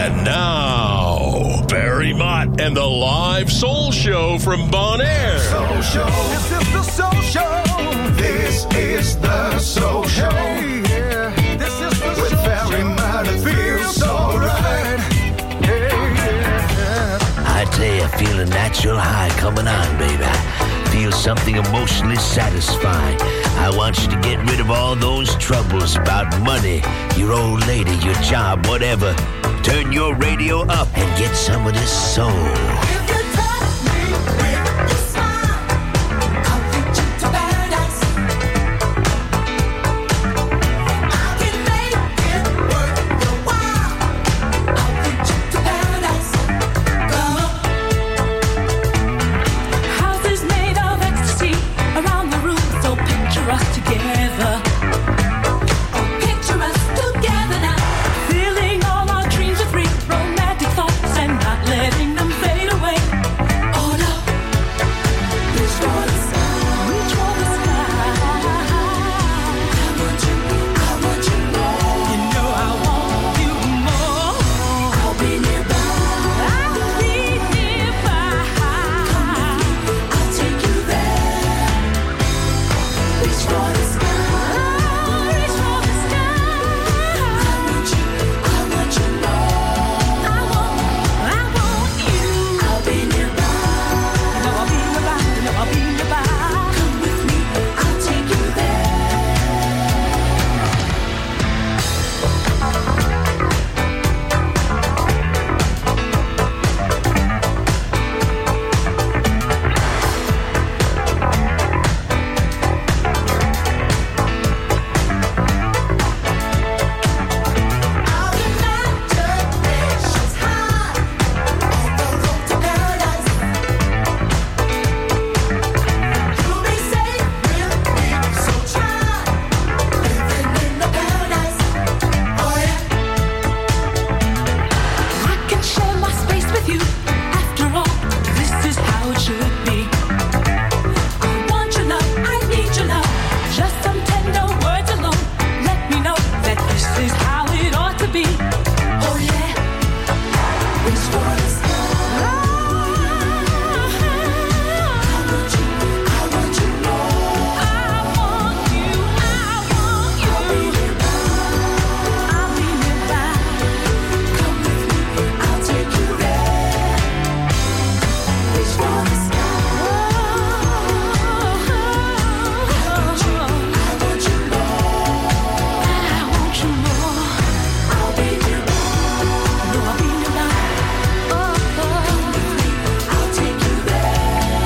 And now, Barry Mott and the Live Soul Show from Bon Air. Soul Show. This is the Soul Show. This is the Soul Show. Hey, yeah. This is the With Soul Barry Show. Mott, it feels so right. Hey, yeah. I tell you, I feel a natural high coming on, baby. I feel something emotionally satisfying. I want you to get rid of all those troubles about money, your old lady, your job, whatever. Turn your radio up and get some of this soul. If you touch me with your smile, I'll lead you to paradise. I can make it worth your while. I'll lead you to paradise. Come on. House is made of ecstasy around the room, so picture us together. Oh, picture us together now. Feeling all our dreams are free, romantic thoughts and not letting them fade away. Oh no, reach for the sky, reach for the sky. I want you more. You know I want you more. I'll be nearby. I'll be nearby. Come with me, I'll take you there. Reach for the sky, reach for the sky. I want you more. I want you. I'll be nearby. No, I'll be nearby. No, I'll be nearby. Come with me, I'll take you there. Our imagination's high on the road to paradise. You'll be safe with me, so try living in the paradise. Oh yeah. I can share my space with you. After all, this is how it should be. I want your love, I need your love. Just some tender words alone. Let me know that this is how it ought to be. Oh yeah, reach for the sky. I want you more. I want you. I'll be nearby. Come with me, I'll take you there. Reach for the sky. I want you more. I want you more. I'll be nearby. No, I'll be nearby. Come with me, I'll take you there.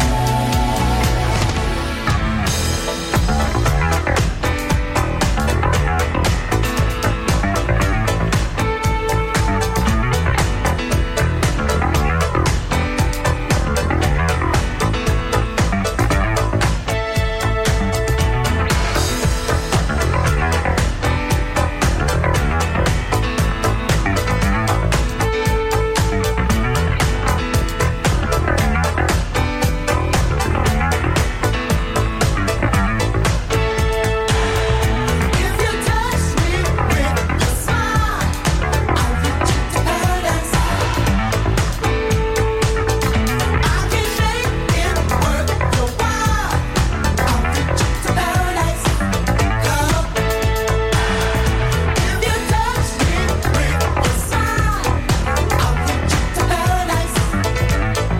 If you touch me with your smile, I'll lead you to paradise. I can make it worth your while. I'll lead you to paradise. Come on. If you touch me with your smile, I'll lead you to paradise. I can make it worth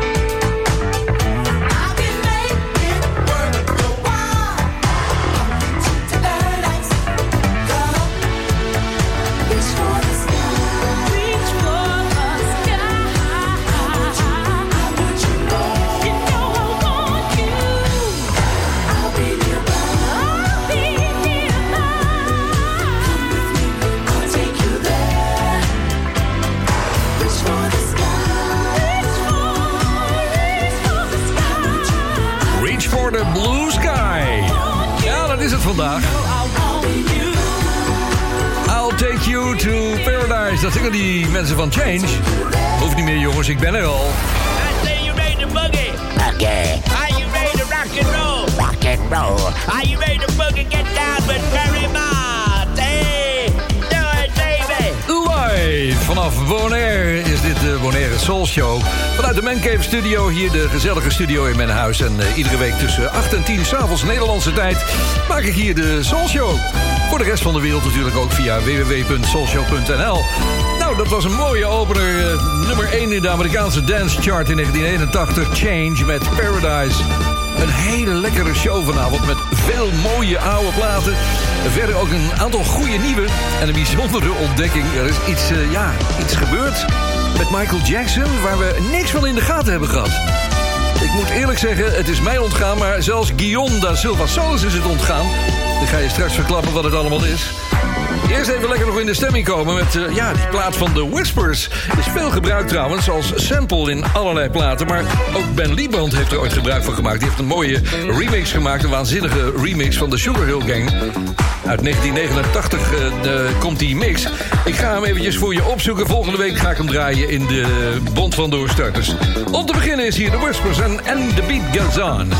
your while. I'll lead you to paradise. Come on. Reach for the sky. Reach for the sky. I want you more. You know I want you. I'll be nearby. I'll be nearby. Come with me, I'll take you there. Reach for the sky. Reach for the sky. Reach for the Blue Sky. Ja, dat is het vandaag. I want you. I'll take you to paradise. Dat zingen die mensen van Change. Hoeft niet meer, jongens, ik ben er al. I say you ready to boogie. Okay, Are you ready to rock and roll? rock and roll. Are you ready to boogie? Get down with Barry Mott. Hey, do it, baby. Live vanaf Bonaire is dit de Bonaire Soul Show. Vanuit de Man Cave Studio, hier de gezellige studio in mijn huis. En iedere week tussen 8 en 10 s'avonds Nederlandse tijd maak ik hier de Soul Show. Voor de rest van de wereld natuurlijk ook via www.soulshow.nl. Nou, dat was een mooie opener. Nummer 1 in de Amerikaanse dance chart in 1981. Change met Paradise. Een hele lekkere show vanavond met veel mooie oude platen. Verder ook een aantal goede nieuwe. En een bijzondere ontdekking. Er is iets gebeurd met Michael Jackson waar we niks van in de gaten hebben gehad. Ik moet eerlijk zeggen, het is mij ontgaan, maar zelfs Guillaume da Silva Solis is het ontgaan. Dan ga je straks verklappen wat het allemaal is. Eerst even lekker nog in de stemming komen met die plaat van The Whispers. Is veel gebruikt trouwens als sample in allerlei platen. Maar ook Ben Lieband heeft er ooit gebruik van gemaakt. Die heeft een mooie remix gemaakt, een waanzinnige remix van de Sugar Hill Gang. Uit 1989 komt die mix. Ik ga hem eventjes voor je opzoeken. Volgende week ga ik hem draaien in de Bond van Doorstarters. Om te beginnen is hier The Whispers en The Beat Goes On.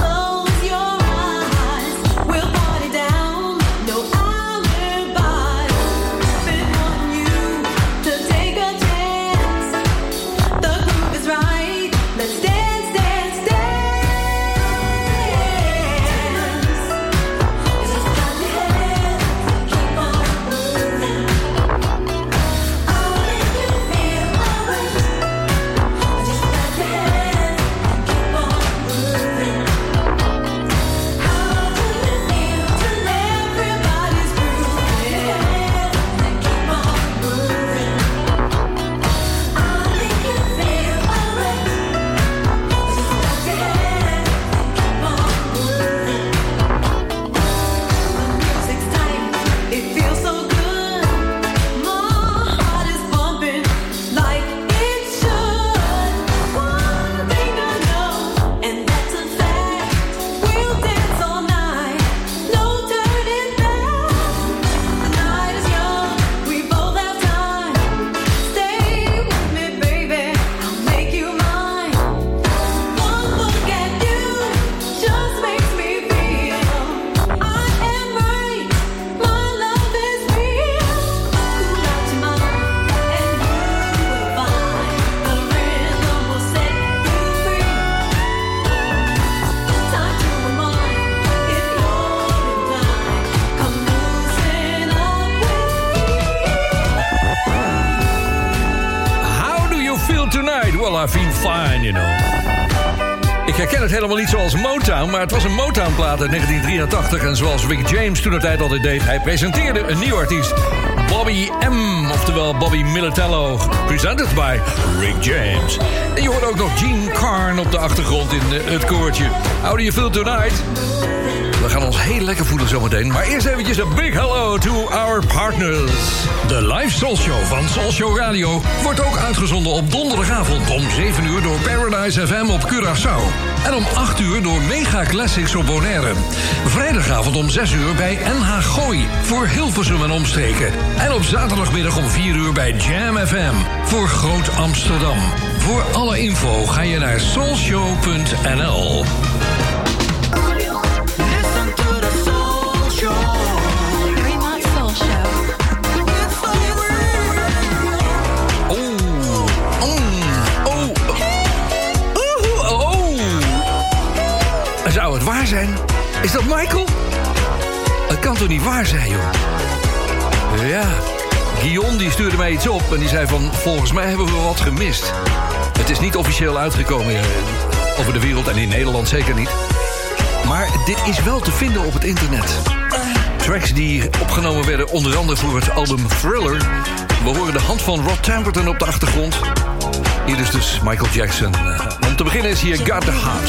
Bye. I feel fine, you know. Ik herken het helemaal niet zoals Motown, maar het was een Motown-plaat uit 1983. En zoals Rick James toen de tijd altijd deed, hij presenteerde een nieuw artiest. Bobby M, oftewel Bobby Militello, presented by Rick James. En je hoort ook nog Gene Carn op de achtergrond in het koortje. How do you feel tonight? We gaan ons heel lekker voelen zometeen. Maar eerst eventjes een big hello to our partners. De live Soul Show van Soul Show Radio wordt ook uitgezonden op donderdagavond om 7 uur door Paradise FM op Curaçao. En om 8 uur door Mega Classics op Bonaire. Vrijdagavond om 6 uur bij NH Gooi voor Hilversum en omstreken. En op zaterdagmiddag om 4 uur bij Jam FM voor Groot Amsterdam. Voor alle info ga je naar soulshow.nl. Zou het waar zijn? Is dat Michael? Het kan toch niet waar zijn, joh? Ja, Guillaume die stuurde mij iets op en die zei van... volgens mij hebben we wat gemist. Het is niet officieel uitgekomen over de wereld en in Nederland zeker niet. Maar dit is wel te vinden op het internet. Tracks die opgenomen werden onder andere voor het album Thriller. We horen de hand van Rod Temperton op de achtergrond. Hier is dus Michael Jackson. Om te beginnen is hier Got the Heart.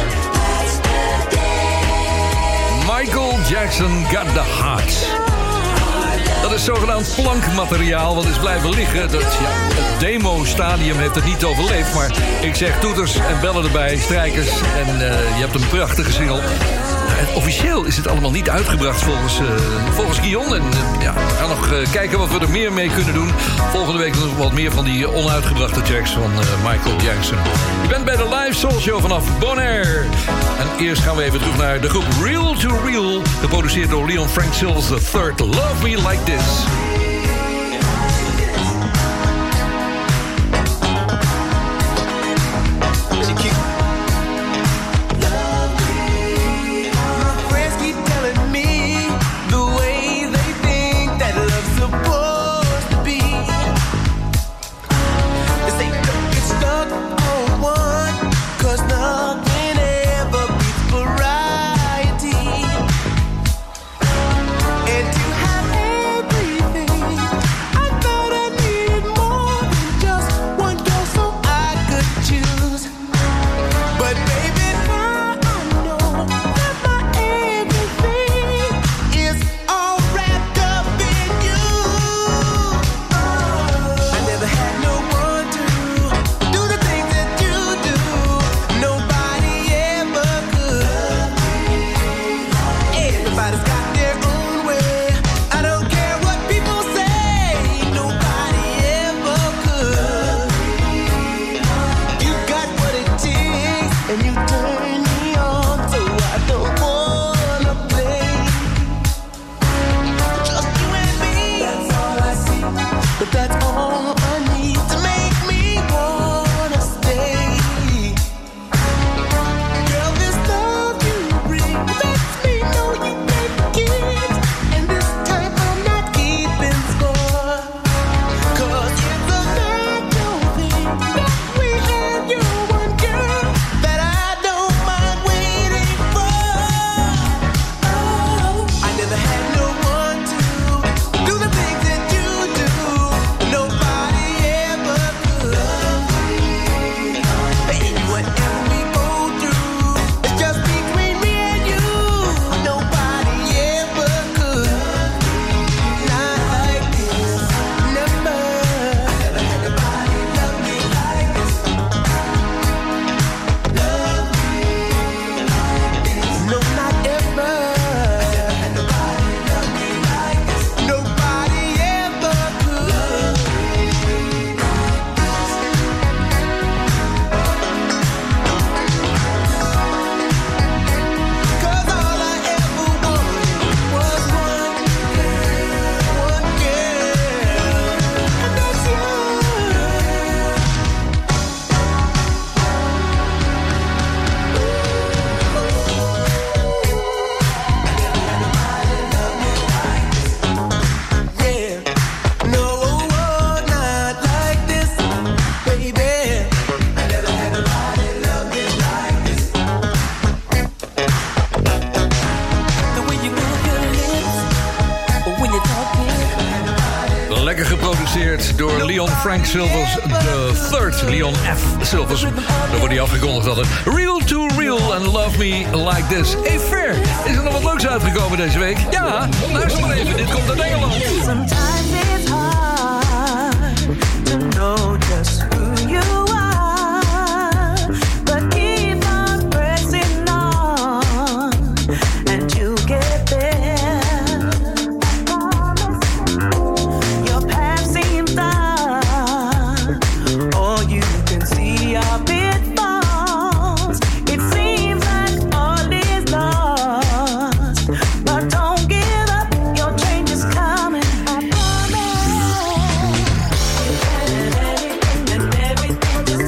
Jackson Got the Heart. Dat is zogenaamd plankmateriaal wat is blijven liggen. Het demo-stadium heeft het niet overleefd. Maar ik zeg toeters en bellen erbij, strijkers. En je hebt een prachtige single. Officieel is het allemaal niet uitgebracht volgens Guion. En we gaan nog kijken wat we er meer mee kunnen doen. Volgende week nog wat meer van die onuitgebrachte tracks van Michael Jackson. Je bent bij de Live Soul Show vanaf Bonaire. En eerst gaan we even terug naar de groep Real to Real. Geproduceerd door Leon Frank Silvers III. Love Me Like This. Door Leon Frank Silvers III. Leon F. Silvers. Daar wordt hij afgekondigd altijd. Real to Real and Love Me Like This. Hey, fair. Is er nog wat leuks uitgekomen deze week? Ja, luister maar even. Dit komt uit Engeland. Sometimes it's hard to know just who you are. But keep on pressing on and you'll get there. Everything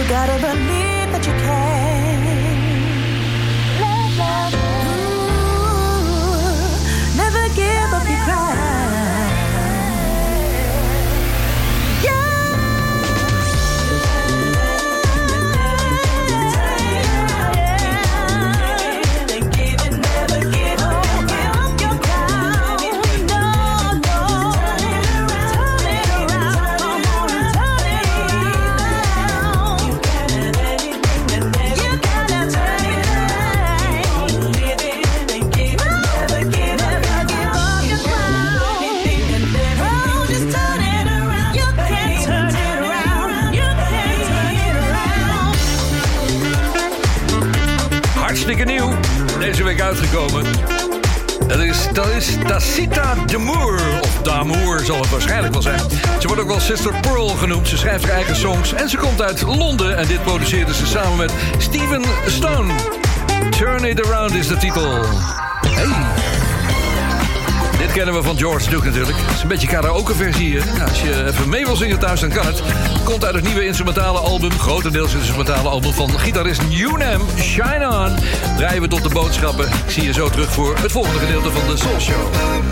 gotta believe that you can. Ooh, never give up your grind. Hartstikke nieuw, deze week uitgekomen. Dat is Tacita D'Amour, of D'Amour zal het waarschijnlijk wel zijn. Ze wordt ook wel Sister Pearl genoemd, ze schrijft haar eigen songs... en ze komt uit Londen en dit produceerde ze samen met Steven Stone. Turn It Around is de titel. Hey. Dit kennen we van George Duke natuurlijk. Het is een beetje karaoke-versie. Nou, als je even mee wil zingen thuis, dan kan het. Komt uit het nieuwe instrumentale album, grotendeels instrumentale album van gitarist Newham, Shine On. Draaien we tot de boodschappen. Ik zie je zo terug voor het volgende gedeelte van de Soul Show.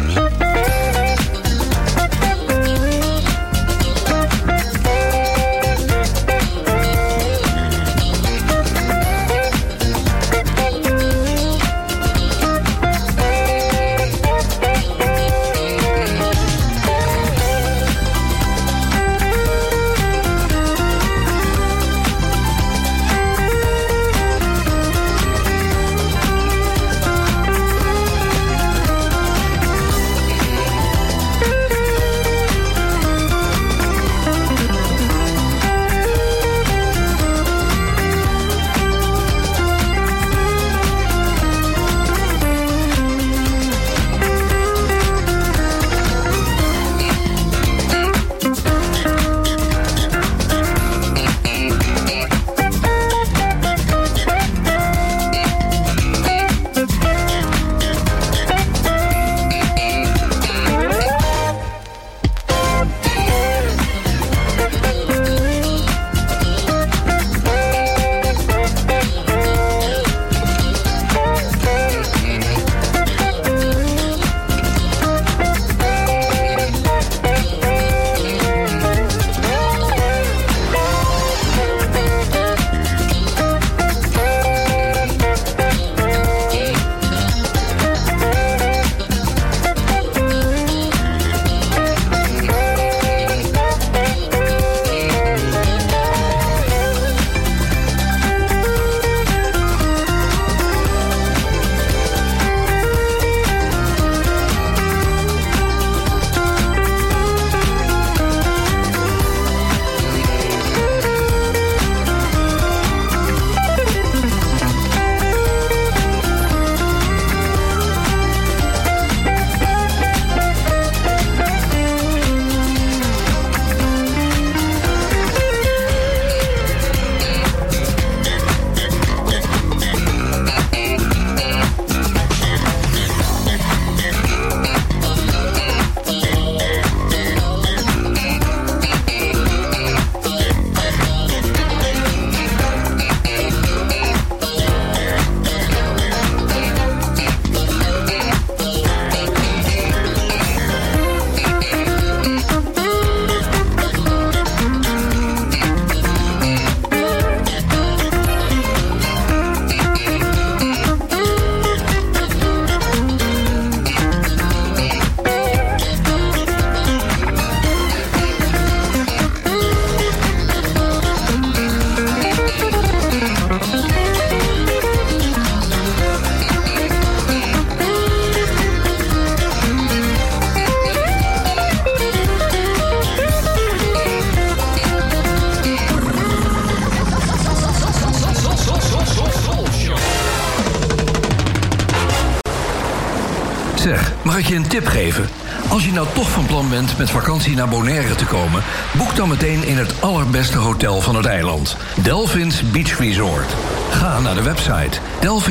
Zeg, mag ik je een tip geven? Als je nou toch van plan bent met vakantie naar Bonaire te komen, boek dan meteen in het allerbeste hotel van het eiland. Delphins Beach Resort. Ga naar de website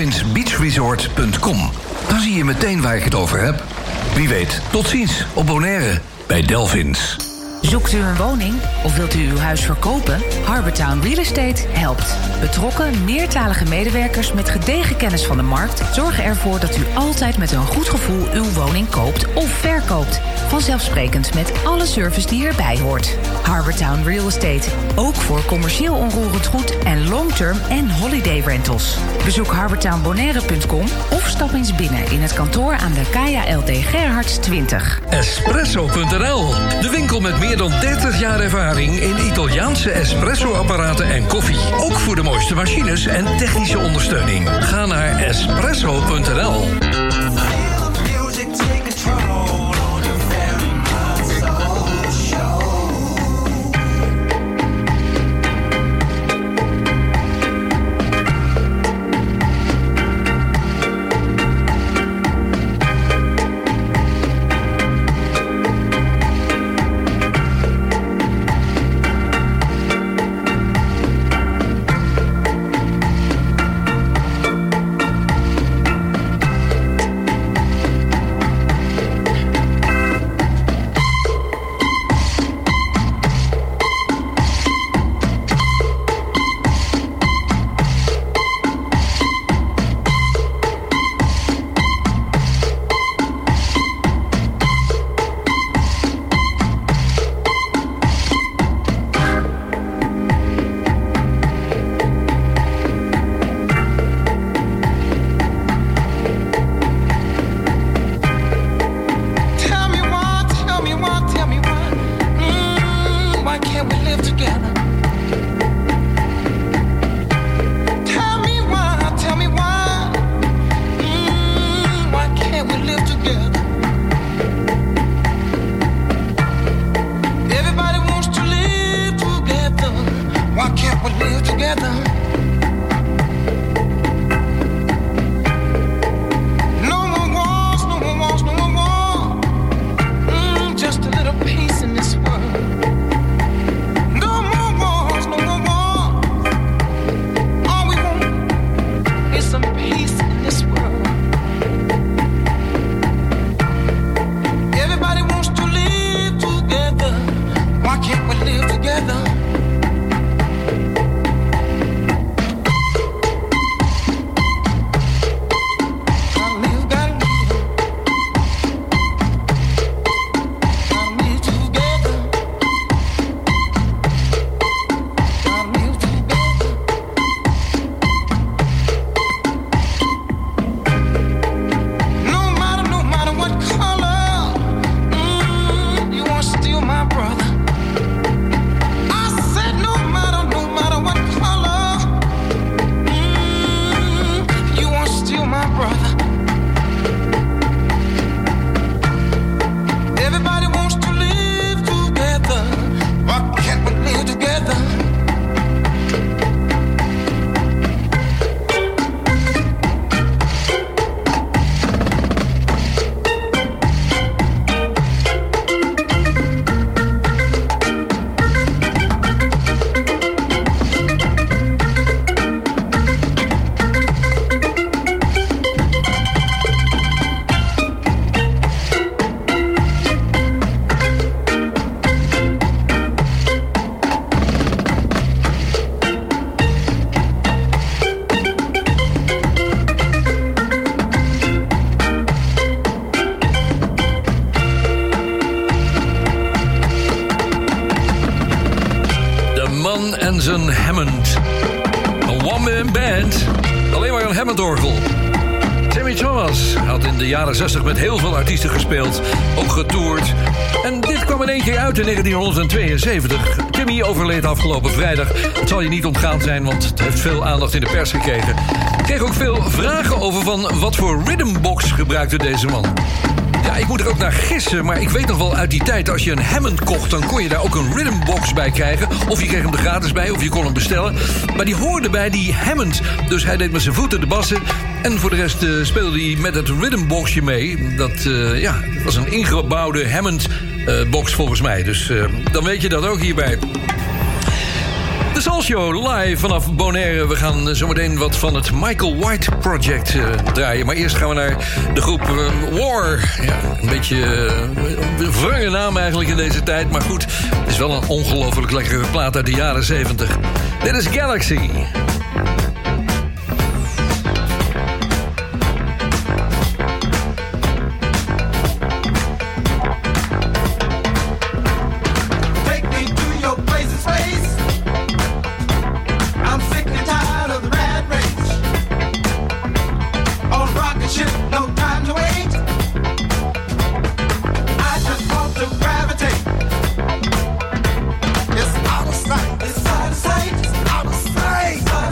delphinsbeachresort.com. Dan zie je meteen waar ik het over heb. Wie weet, tot ziens op Bonaire bij Delphins. Zoekt u een woning of wilt u uw huis verkopen? Harbortown Real Estate helpt. Betrokken, meertalige medewerkers met gedegen kennis van de markt zorgen ervoor dat u altijd met een goed gevoel uw woning koopt of verkoopt. Vanzelfsprekend met alle service die erbij hoort. Harbortown Real Estate. Ook voor commercieel onroerend goed en long-term en holiday rentals. Bezoek harbortownbonaire.com of stap eens binnen in het kantoor aan de Kaya LD Gerhards 20. Espresso.nl, de winkel met meer dan 30 jaar ervaring in Italiaanse espresso-apparaten en koffie. Ook voor de mooiste machines en technische ondersteuning. Ga naar espresso.nl. En zijn Hammond. Een one-man band. Alleen maar een Hammond-orgel. Timmy Thomas had in de jaren 60 met heel veel artiesten gespeeld. Ook getoerd. En dit kwam in één keer uit in 1972. Timmy overleed afgelopen vrijdag. Het zal je niet ontgaan zijn, want het heeft veel aandacht in de pers gekregen. Ik kreeg ook veel vragen over van wat voor rhythmbox gebruikte deze man. Ja, ik moet er ook naar gissen, maar ik weet nog wel uit die tijd... als je een Hammond kocht, dan kon je daar ook een rhythmbox bij krijgen. Of je kreeg hem er gratis bij, of je kon hem bestellen. Maar die hoorde bij die Hammond. Dus hij deed met zijn voeten de bassen. En voor de rest speelde hij met het rhythmboxje mee. Dat was een ingebouwde Hammond box volgens mij. Dus dan weet je dat ook hierbij. De Soul Show live vanaf Bonaire. We gaan zometeen wat van het Michael White Project draaien. Maar eerst gaan we naar de groep War. Ja, een beetje een wrange naam eigenlijk in deze tijd. Maar goed, het is wel een ongelooflijk lekkere plaat uit de jaren 70. Dit is Galaxy. It's out of sight, it's out of sight.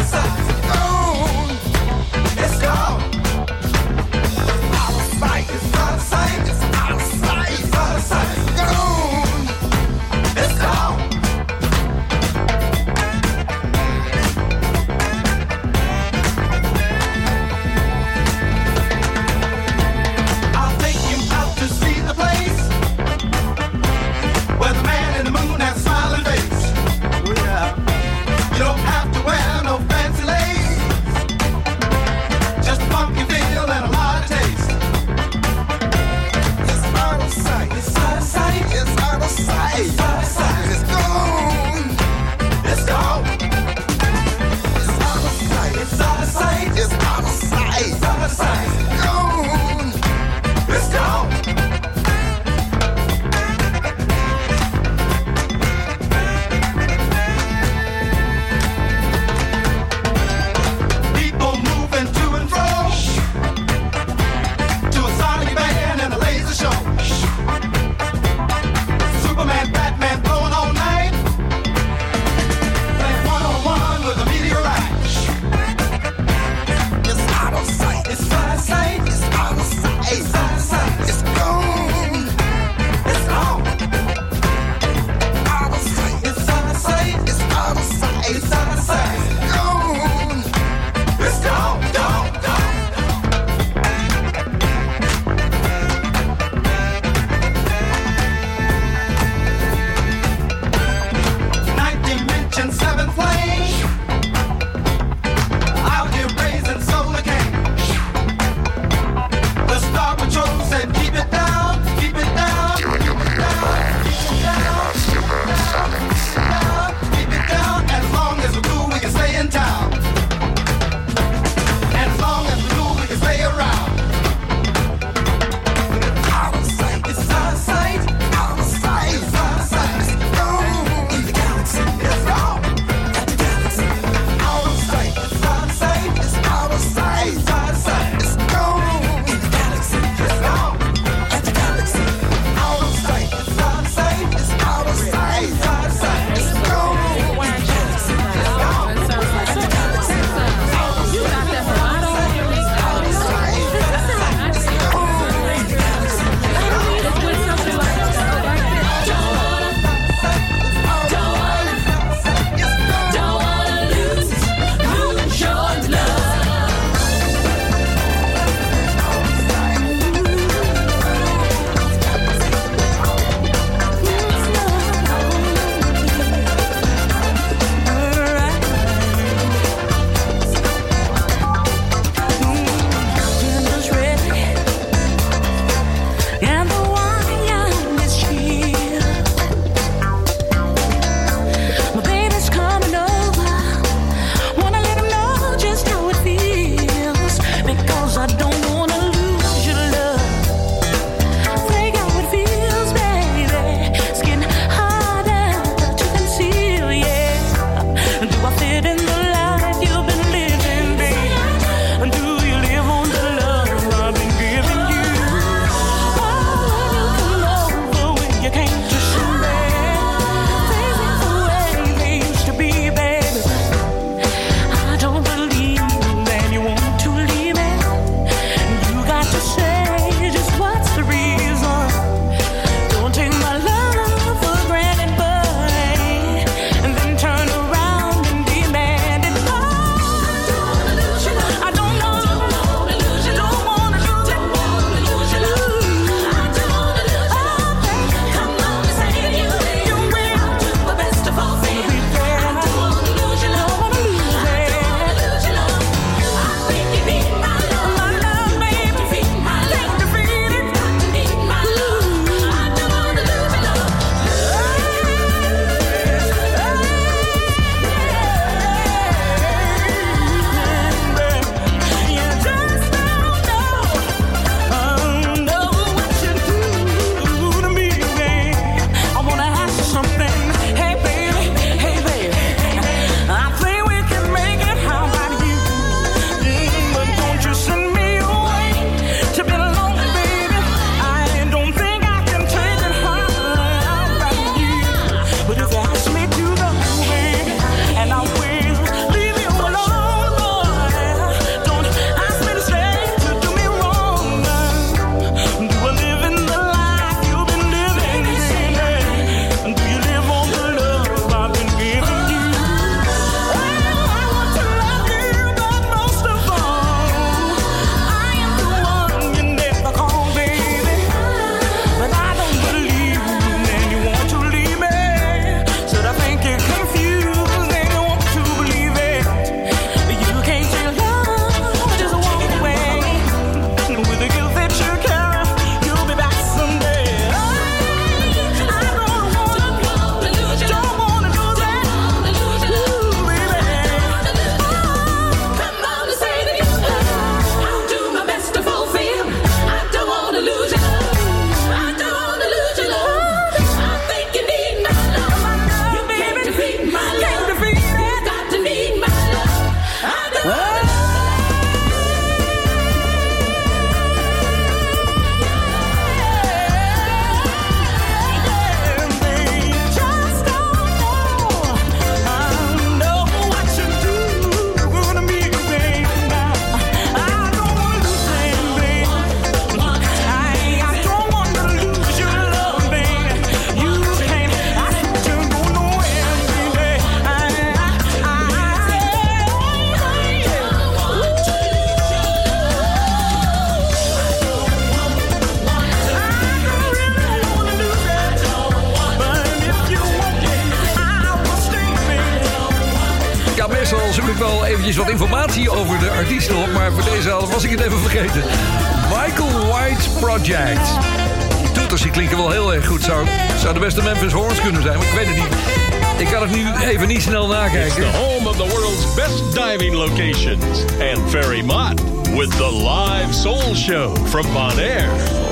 Meestal zoek ik wel eventjes wat informatie over de artiesten op, maar voor deze was ik het even vergeten. Michael White Project. Die toeters die klinken wel heel erg goed. Zou de beste Memphis Horns kunnen zijn, maar ik weet het niet. Ik kan het nu even niet snel nakijken. It's the home of the world's best diving locations. And Ferry Mott with the live soul show from Bonaire.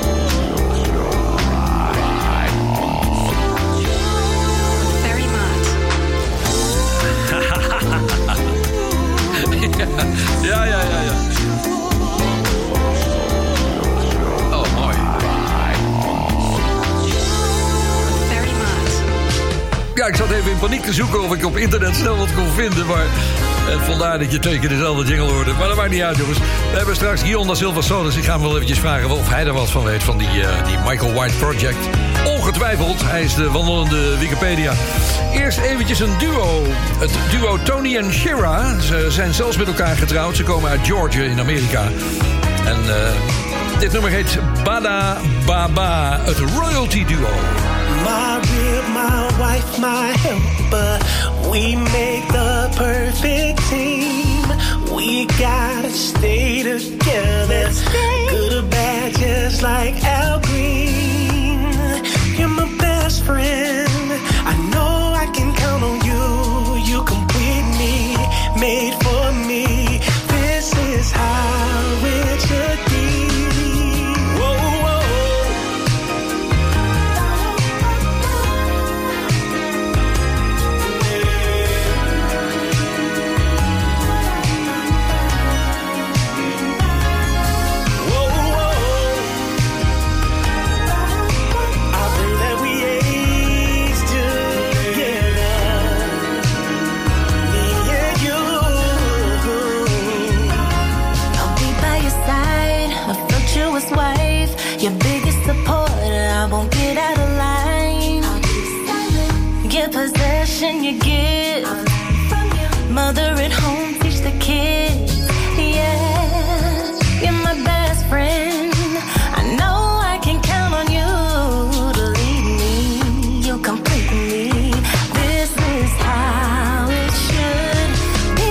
Ferry Mott. Ja. Oh, mooi. Ferry Mott. Ja, ik zat even in paniek te zoeken of ik op internet snel wat kon vinden, maar vandaar dat je 2 keer dezelfde jingle hoorde. Maar dat maakt niet uit, jongens. We hebben straks Guillaume da Silva Solis. Ik ga hem wel eventjes vragen of hij er wat van weet, van die Michael White Project. Ongetwijfeld, hij is de wandelende Wikipedia. Eerst eventjes een duo. Het duo Tony en Shira. Ze zijn zelfs met elkaar getrouwd. Ze komen uit Georgia in Amerika. En dit nummer heet Bada Baba, het royalty duo. My rib, my wife, my helper. We make the perfect team. We gotta stay together. Good or bad, just like Al Green. You're my best friend. I know I can count on you. You complete me, made for me. This is how it should be. Your biggest supporter, I won't get out of line. Give possession, you give. Mother at home, teach the kids. Yeah, you're my best friend. I know I can count on you to lead me. You complete me. This is how it should be.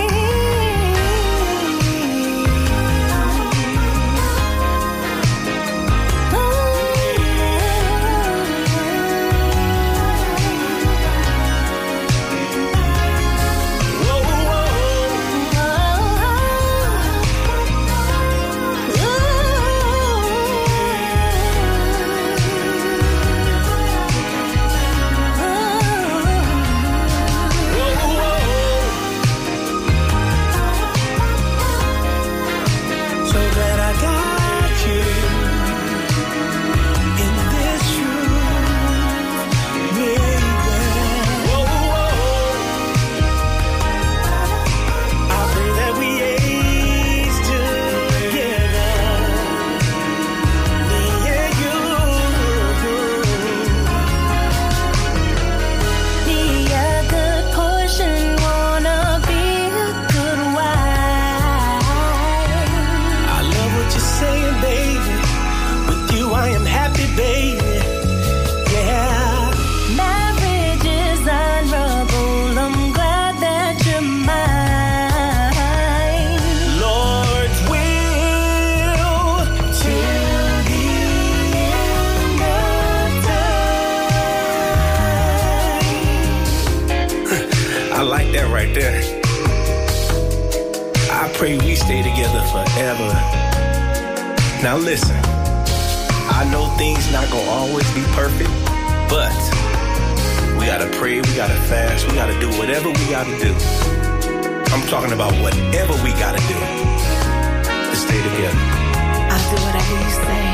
Pray we stay together forever. Now listen, I know things not gonna always be perfect, but we gotta pray, we gotta fast, we gotta do whatever we gotta do. I'm talking about whatever we gotta do to stay together. I'll do whatever you say.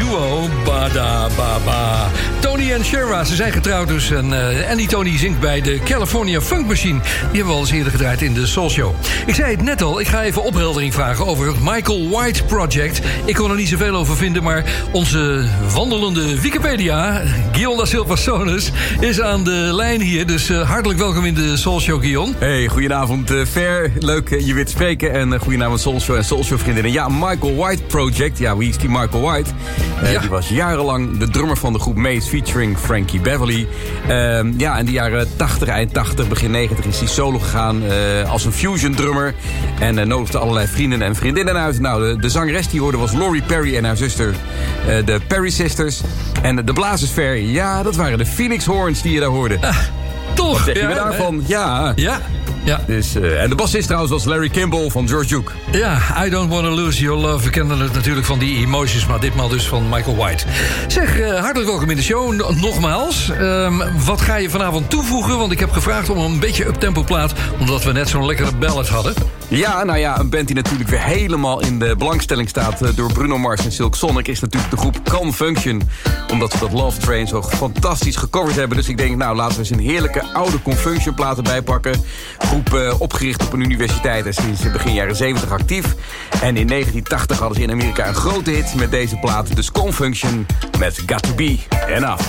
duo Bada Baba. Tony en Shera, ze zijn getrouwd dus. En die Tony zingt bij de California Funk Machine. Die hebben we al eens eerder gedraaid in de Soul Show. Ik zei het net al, ik ga even opheldering vragen over het Michael White Project. Ik kon er niet zoveel over vinden, maar onze wandelende Wikipedia, Guion da Silva Sones, is aan de lijn hier. Dus hartelijk welkom in de Soul Show, Guion. Hey, goedenavond Fer. Leuk je weer te spreken. En goedenavond Soul Show en Soul Show vriendinnen. Ja, Michael White Project. Ja, wie is die Michael White? Die was jarenlang de drummer van de groep Maze featuring Frankie Beverly. Ja, in de jaren 80, eind 80, begin 90 is hij solo gegaan als een fusion drummer. En nodigde allerlei vrienden en vriendinnen uit. Nou, de zangeres die hoorde was Laurie Perry en haar zuster, de Perry Sisters. En de blazersver, ja, dat waren de Phoenix Horns die je daar hoorde. Toch? Wat zeg je me daarvan? Ja. Ja. Dus, en de bassist trouwens was Larry Kimball van George Duke. Ja, I Don't Wanna Lose Your Love. We kennen het natuurlijk van die Emotions, maar ditmaal dus van Michael White. Zeg, hartelijk welkom in de show. Nogmaals, wat ga je vanavond toevoegen? Want ik heb gevraagd om een beetje up-tempo plaat, omdat we net zo'n lekkere ballad hadden. Ja, nou ja, een band die natuurlijk weer helemaal in de belangstelling staat door Bruno Mars en Silk Sonic is natuurlijk de groep Con Function. Omdat ze dat Love Train zo fantastisch gecoverd hebben. Dus ik denk, nou, laten we eens een heerlijke oude Con Function plaat erbij pakken. Groep opgericht op een universiteit en sinds begin jaren 70 actief. En in 1980 hadden ze in Amerika een grote hit met deze plaat. Dus Con Function met Got To Be Enough.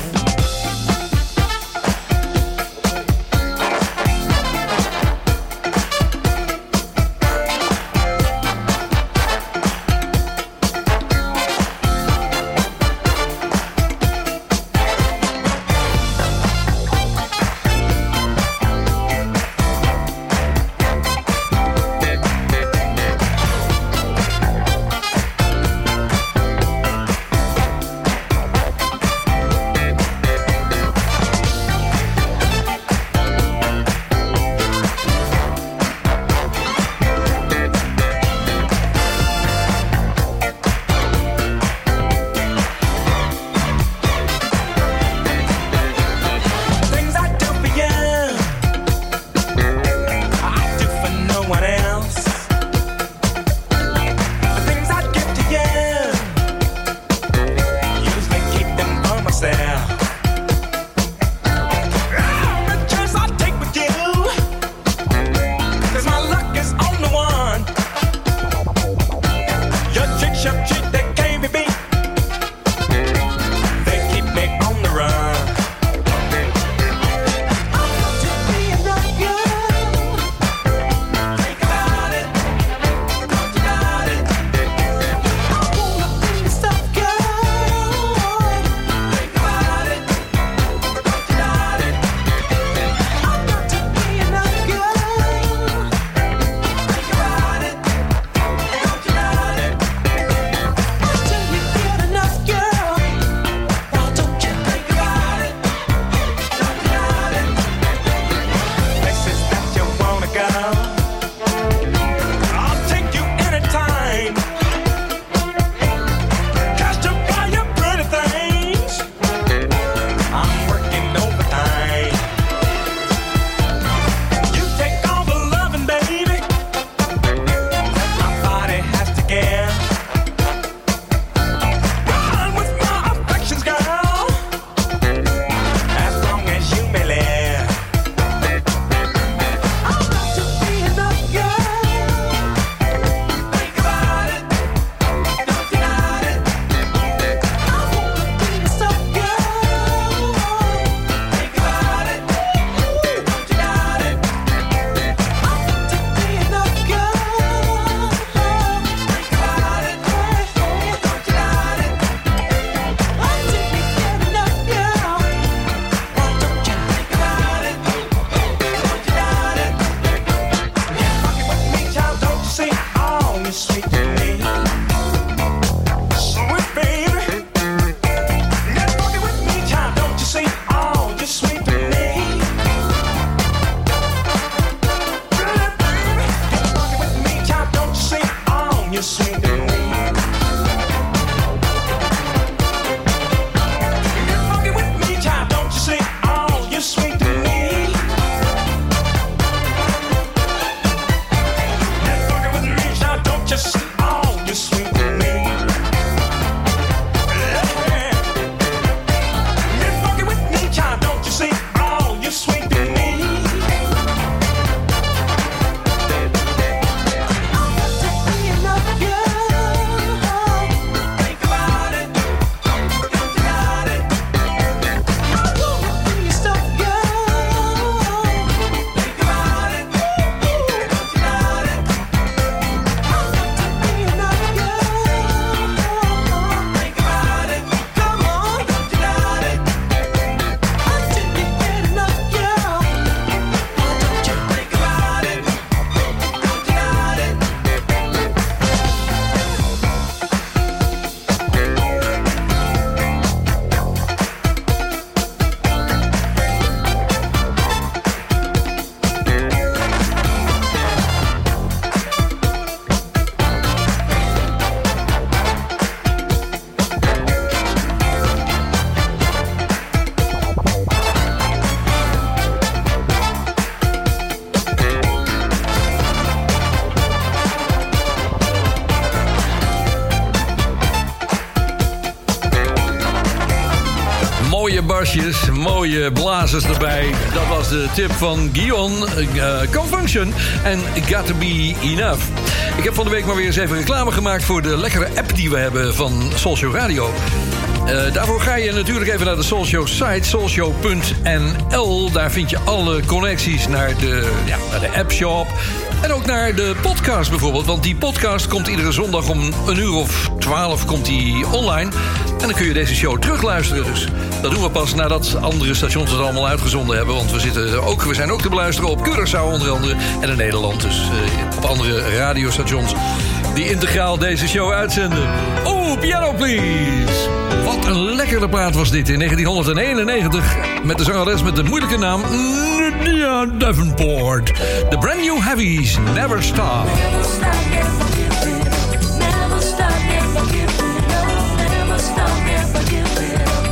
Mooie basjes, mooie blazers erbij. Dat was de tip van Guion, Confunction en Got To Be Enough. Ik heb van de week maar weer eens even reclame gemaakt voor de lekkere app die we hebben van Soulshow Radio. Daarvoor ga je natuurlijk even naar de Soulshow site, soulshow.nl. Daar vind je alle connecties naar de appshop. En ook naar de podcast bijvoorbeeld. Want die podcast komt iedere zondag om 1:12 komt die online. En dan kun je deze show terugluisteren. Dus dat doen we pas nadat andere stations het allemaal uitgezonden hebben. Want we zijn ook te beluisteren op Curaçao onder andere. En in Nederland dus op andere radiostations die integraal deze show uitzenden. Oh, piano please! Wat een lekkere plaat was dit in 1991. Met de zangeres met de moeilijke naam Nydia Davenport. The Brand New Heavies, Never Stop. Never stop, never give it up. Never stop, never give it up. Never stop, never give it up.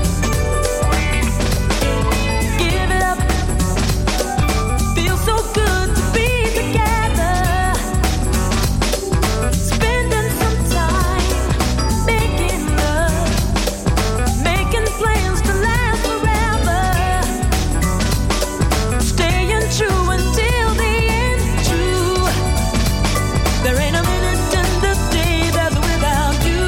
Give it up. Feels so good to be together. Spending some time making love, making plans to last forever. Staying true until the end. True. There ain't a minute in the day that's without you.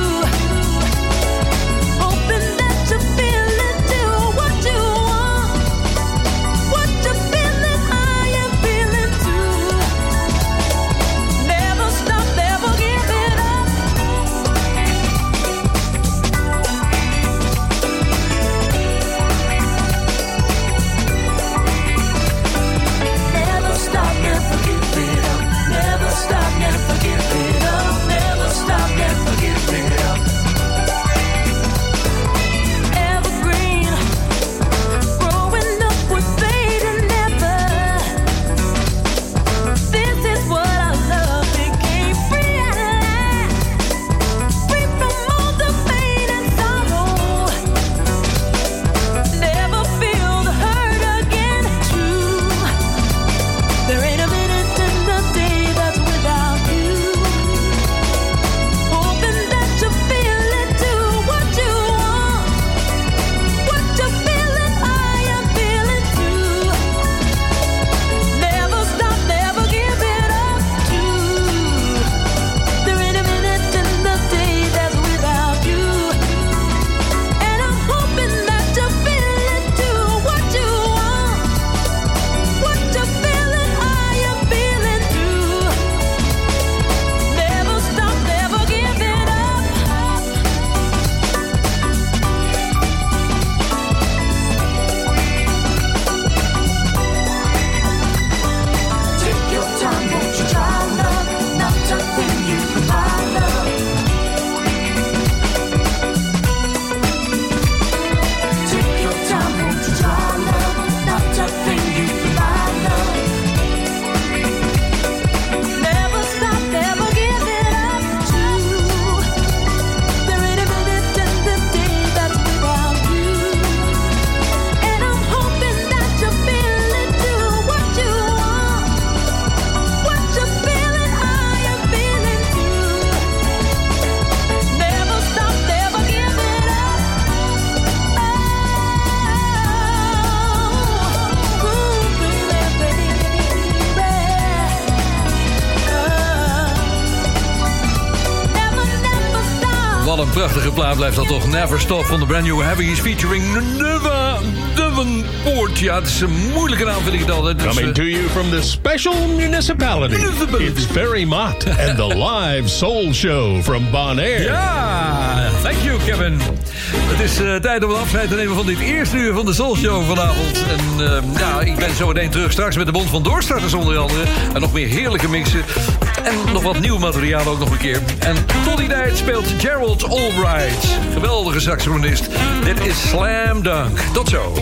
Hoping that you feel it too. What you want, what you feeling, I am feeling too. Never stop, never give it up. Never stop, never give it up. Never stop, never give it up. Never stop, never give it up. Evergreen, growing up with fading never. This is what I love. Became free at last, free from all the pain and sorrow. Never feel the hurt again. True. There ain't a minute in the day that's without you. Hoping that you feel it too. What you want, what you feeling, I am feeling too. Never stop, never give it up. Too. There ain't a minute in the day that's without you. And I'm hoping that you feel it too. What you want, what you feeling, I am feeling too. Never stop, never give it up. Take your time, won't you try love? Not a thing you can buy love. Take your time, won't you try love? Not a thing you can buy love. Never stop, never give it up. Too. There ain't a minute in the day that's without you. And I'm hoping that you feel it too. What you want, what you feeling, I am feeling too. Never stop, never give it up. Wat een prachtige plaat blijft dat toch. Never Stop van de Brand New Heavies featuring Nydia Davenport. Ja, het is een moeilijke naam vind ik het altijd. Dus, Coming to you from the special municipality. It's Ferry Mott and the live soul show from Bonaire. Ja, thank you Kevin. Het is tijd om afscheid te nemen van dit eerste uur van de Soul Show vanavond. En ik ben zo meteen terug straks met de Bond van Doorstarters onder andere. En nog meer heerlijke mixen. En nog wat nieuw materiaal ook nog een keer. En tot die tijd speelt Gerald Albright. Geweldige saxofonist. Dit is Slam Dunk. Tot zo.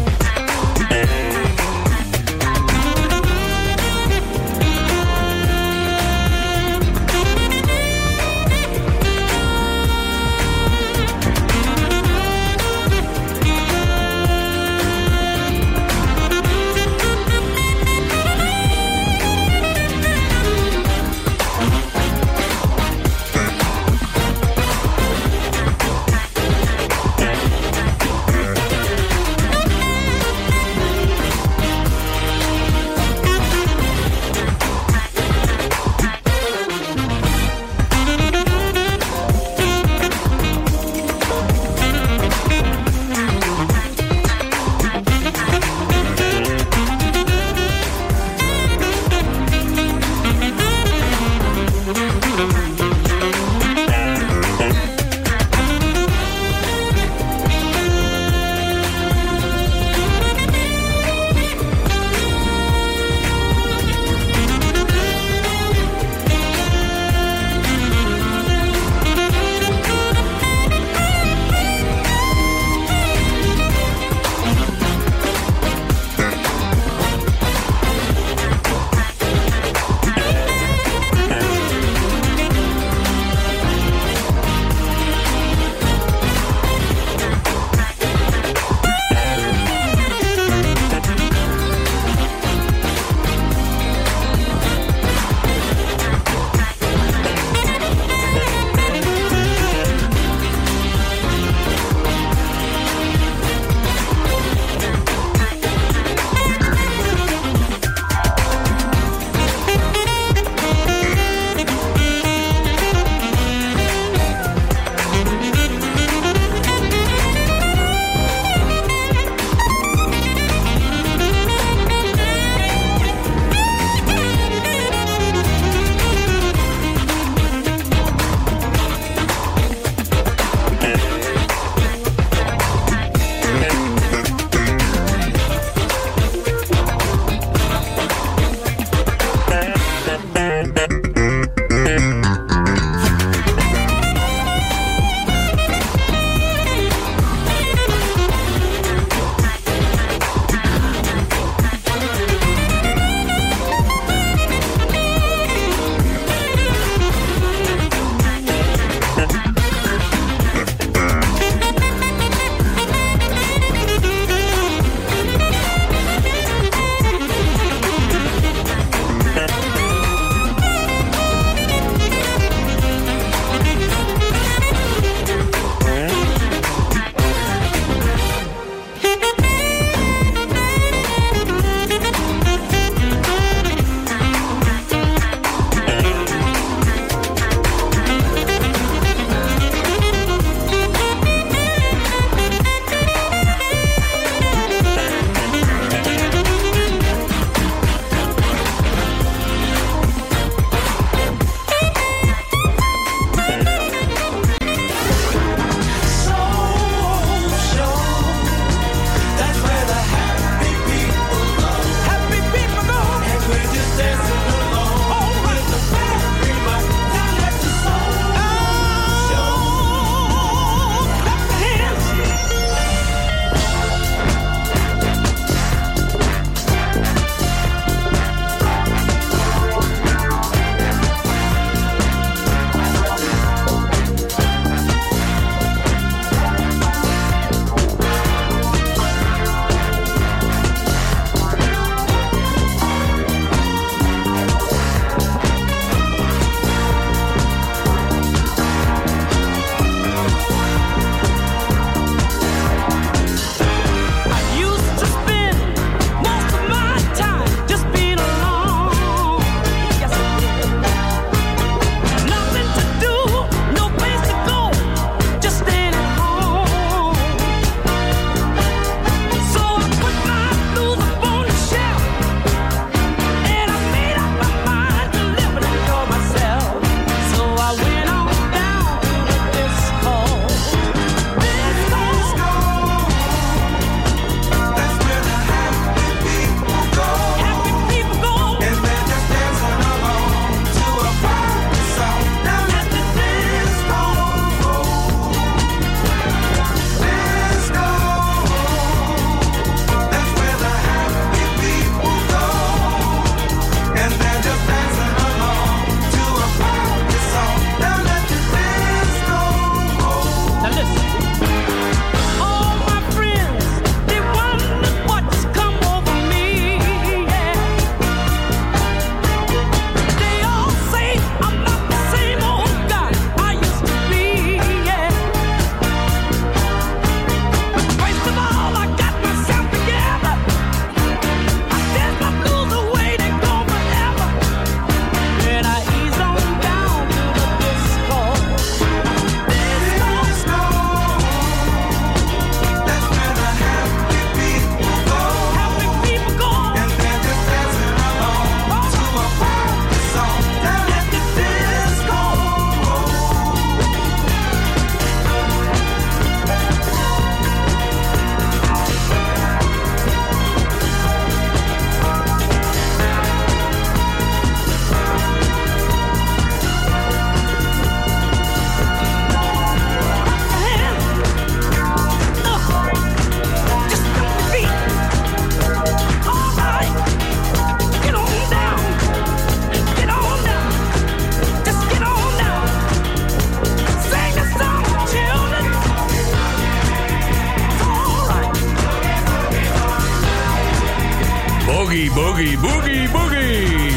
Boogie, boogie, boogie, boogie.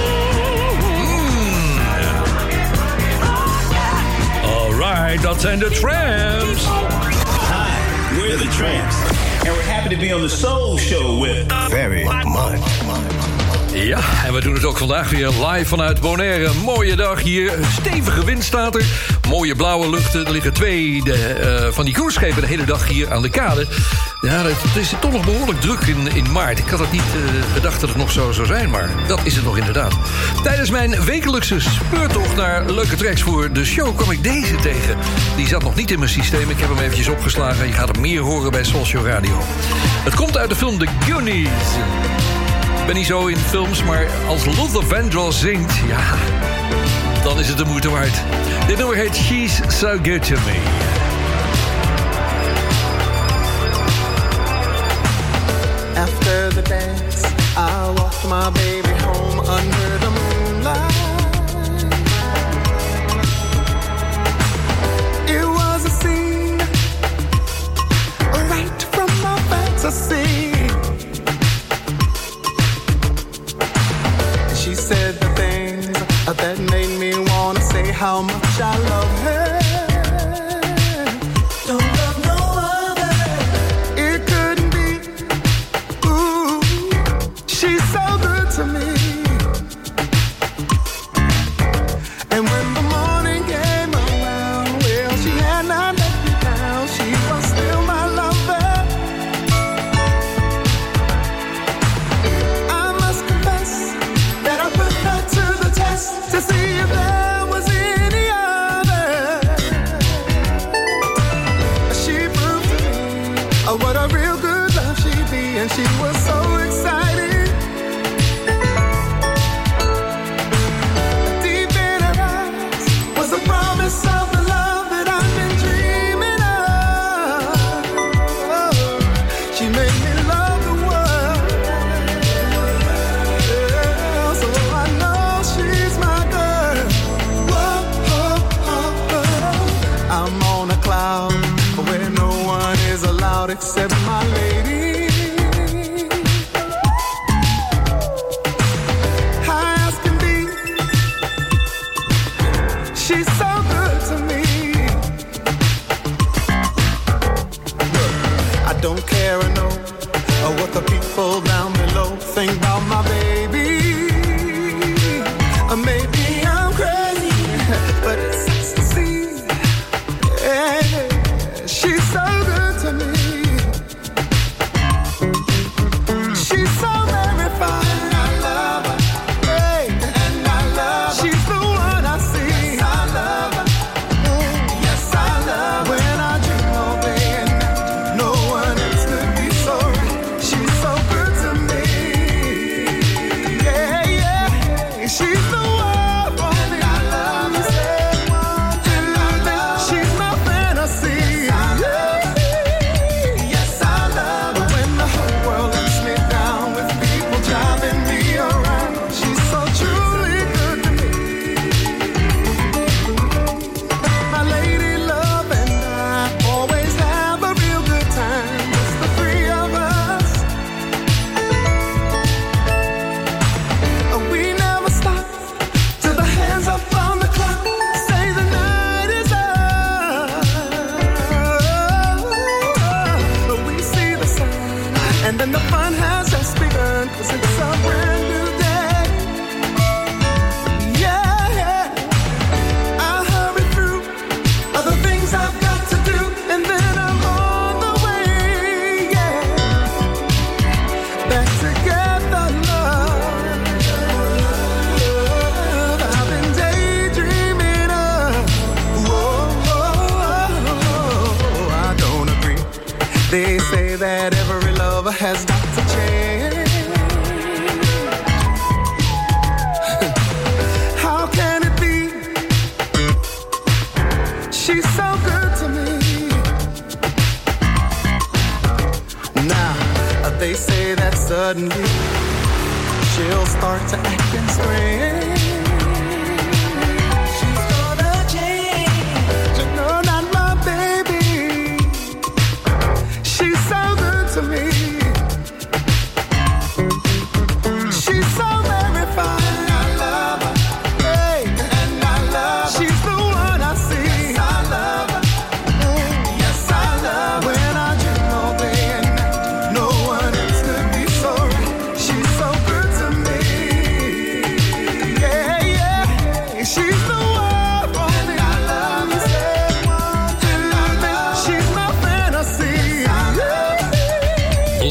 Alright, dat zijn de Tramps. Hi, we're the Tramps. And we're happy to be on the Soul Show with Very Much. Ja, en we doen het ook vandaag weer live vanuit Bonaire. Een mooie dag hier. Stevige wind staat er. Mooie blauwe luchten. Er liggen twee van die cruiseschepen de hele dag hier aan de kade. Ja, het is toch nog behoorlijk druk in maart. Ik had het niet gedacht dat het nog zo zou zijn, maar dat is het nog inderdaad. Tijdens mijn wekelijkse speurtocht naar leuke tracks voor de show kwam ik deze tegen. Die zat nog niet in mijn systeem. Ik heb hem eventjes opgeslagen. Je gaat hem meer horen bij Soul Show Radio. Het komt uit de film The Goonies. Ik ben niet zo in films, maar als Luther Vandross zingt, ja, dan is het de moeite waard. Dit nummer heet She's So Good To Me. After the dance, I walked my baby home under the moonlight. It was a scene right from my fantasy. She said the things that made me wanna say how much I love her. Don't love no other. It couldn't be. Ooh, she's so good to me. And when the morning came around, well, she had not let me down. She was still my lover. I must confess that I put her to the test to see if there was any other. She proved to me what a real good love she'd be, and she was so excited. Deep in her eyes was the promise of the love that I've been dreaming of. She made me love the world. Yeah, so I know she's my girl. Whoa, I'm on a cloud where no one is allowed except my lady. High as can be. She's so good to me. I don't care or know what the people down below think about my baby. Maybe I'm crazy, but it's nice to see. Yeah, she's so good to me. She's so very fine. I love her. Hey, and I love her. She's the one I see. Yes, I love her. Yes, I love her. When I dream all day and night, no one else could be so right. She's so good to me. Yeah, yeah. She's the one for me. I love her. She's my fantasy. Yes, I love her. When the whole world lets me down with people driving me around, she's so truly good to me. My lady love and I always have a real good time. It's the three of us. We never stop till the hands up on the clock say the night is up. We see the sun and then the fun has just begun, 'cause it's a brand new day. Yeah, yeah. I hurry through other things I've got to do, and then I'm on the way. Yeah, back together, love. I've been daydreaming of. Whoa, I don't agree. They say that every lover has got to change. How can it be? She's so good to me. Now, they say that suddenly she'll start to act and strange. She's gonna change. No, not my baby. She's so good to me.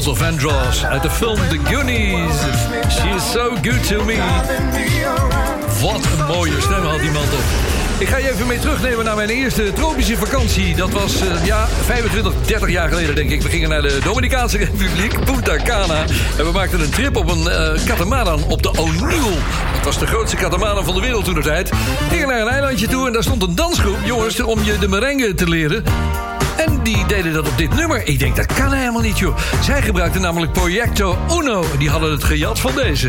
Girls of Andros uit de film The Goonies. She is so good to me. Wat een mooie stem had die man toch. Ik ga je even mee terugnemen naar mijn eerste tropische vakantie. Dat was 25, 30 jaar geleden denk ik. We gingen naar de Dominicaanse Republiek, Punta Cana. En we maakten een trip op een katamaran op de O'Neill. Dat was de grootste katamaran van de wereld toen de tijd. We gingen naar een eilandje toe en daar stond een dansgroep. Jongens, om je de merengue te leren. En die deden dat op dit nummer. Ik denk, dat kan helemaal niet, joh. Zij gebruikten namelijk Proyecto Uno. En die hadden het gejat van deze.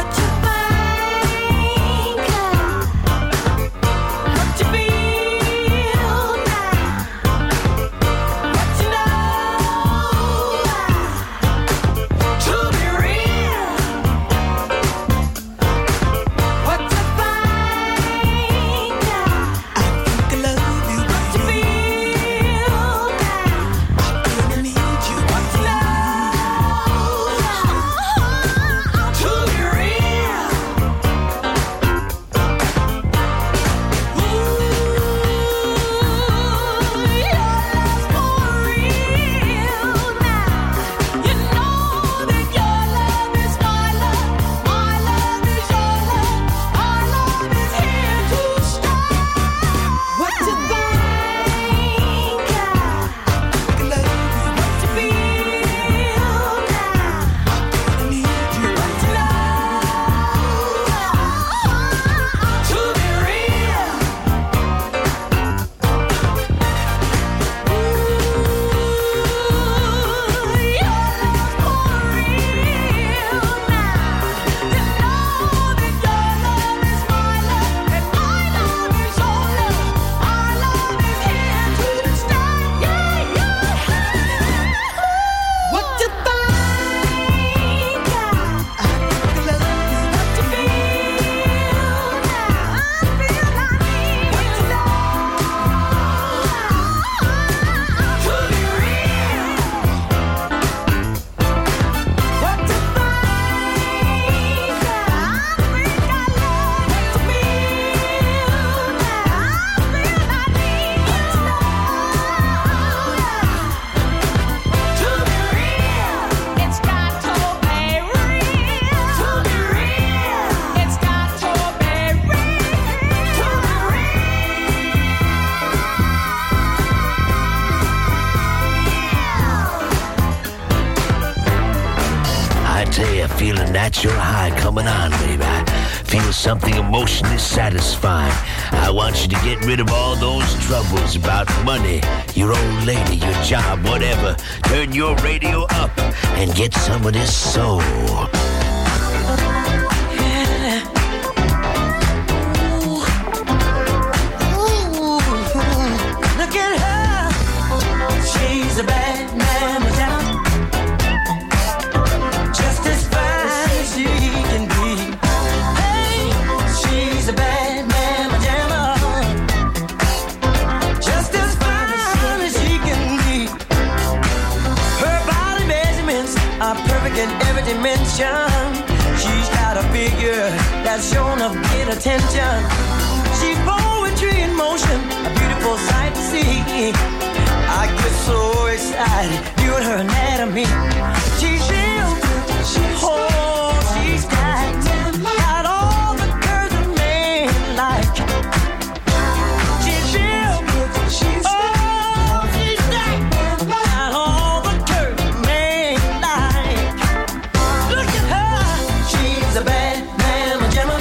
Natural high coming on, baby. I feel something emotionally satisfying. I want you to get rid of all those troubles about money, your old lady, your job, whatever. Turn your radio up and get some of this soul. Look at her. She's a bad man down. Just as fine as she can be. Hey, she's a bad man pajama. Just as fine as she can be. Her body measurements are perfect in every dimension. She's got a figure that's shown of great attention. She's poetry in motion, a beautiful sight to see. I get so excited viewing her anatomy. She's real, oh, she's got all the curves a man like. She's real, oh, she's got all the curves a man like. Look at her, she's a bad man pajama.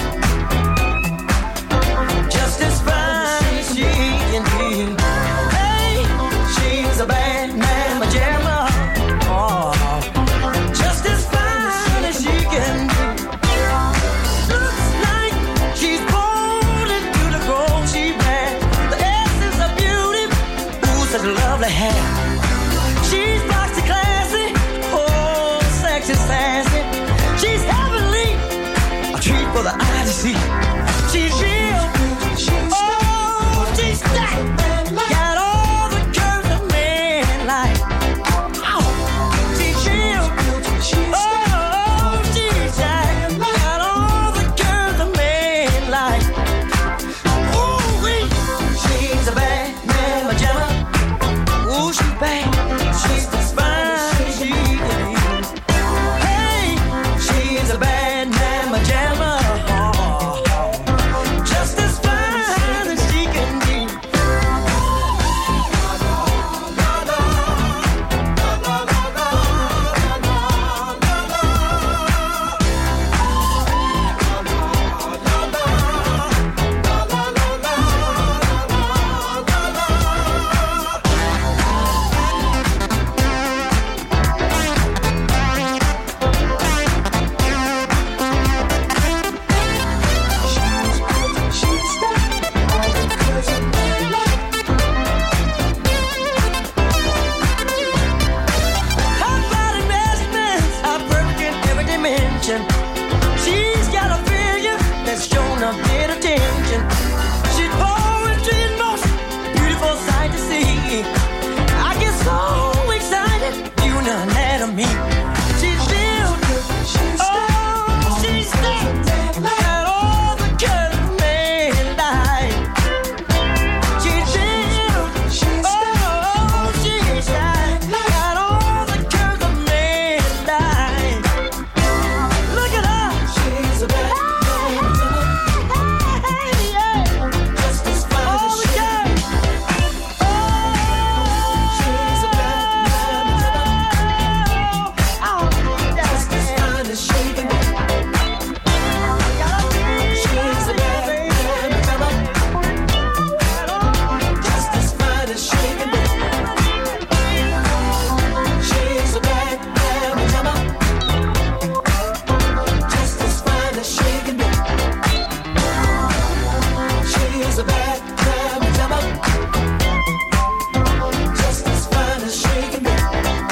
Just as fine as she can be. Hey, she's a bad man pajama. Oh. done had of me. She's built, oh, she's built, got all the kind of man life. She's built, oh, she's got all the kind of man life. Look at her, she's a bad woman, just as fine as she can. She's a bad woman, just as fine as she can be. She's a bad woman, just as fine as she can be. She's a bad woman, just as fine as she can be. She's a bad woman, just as fine as she can be.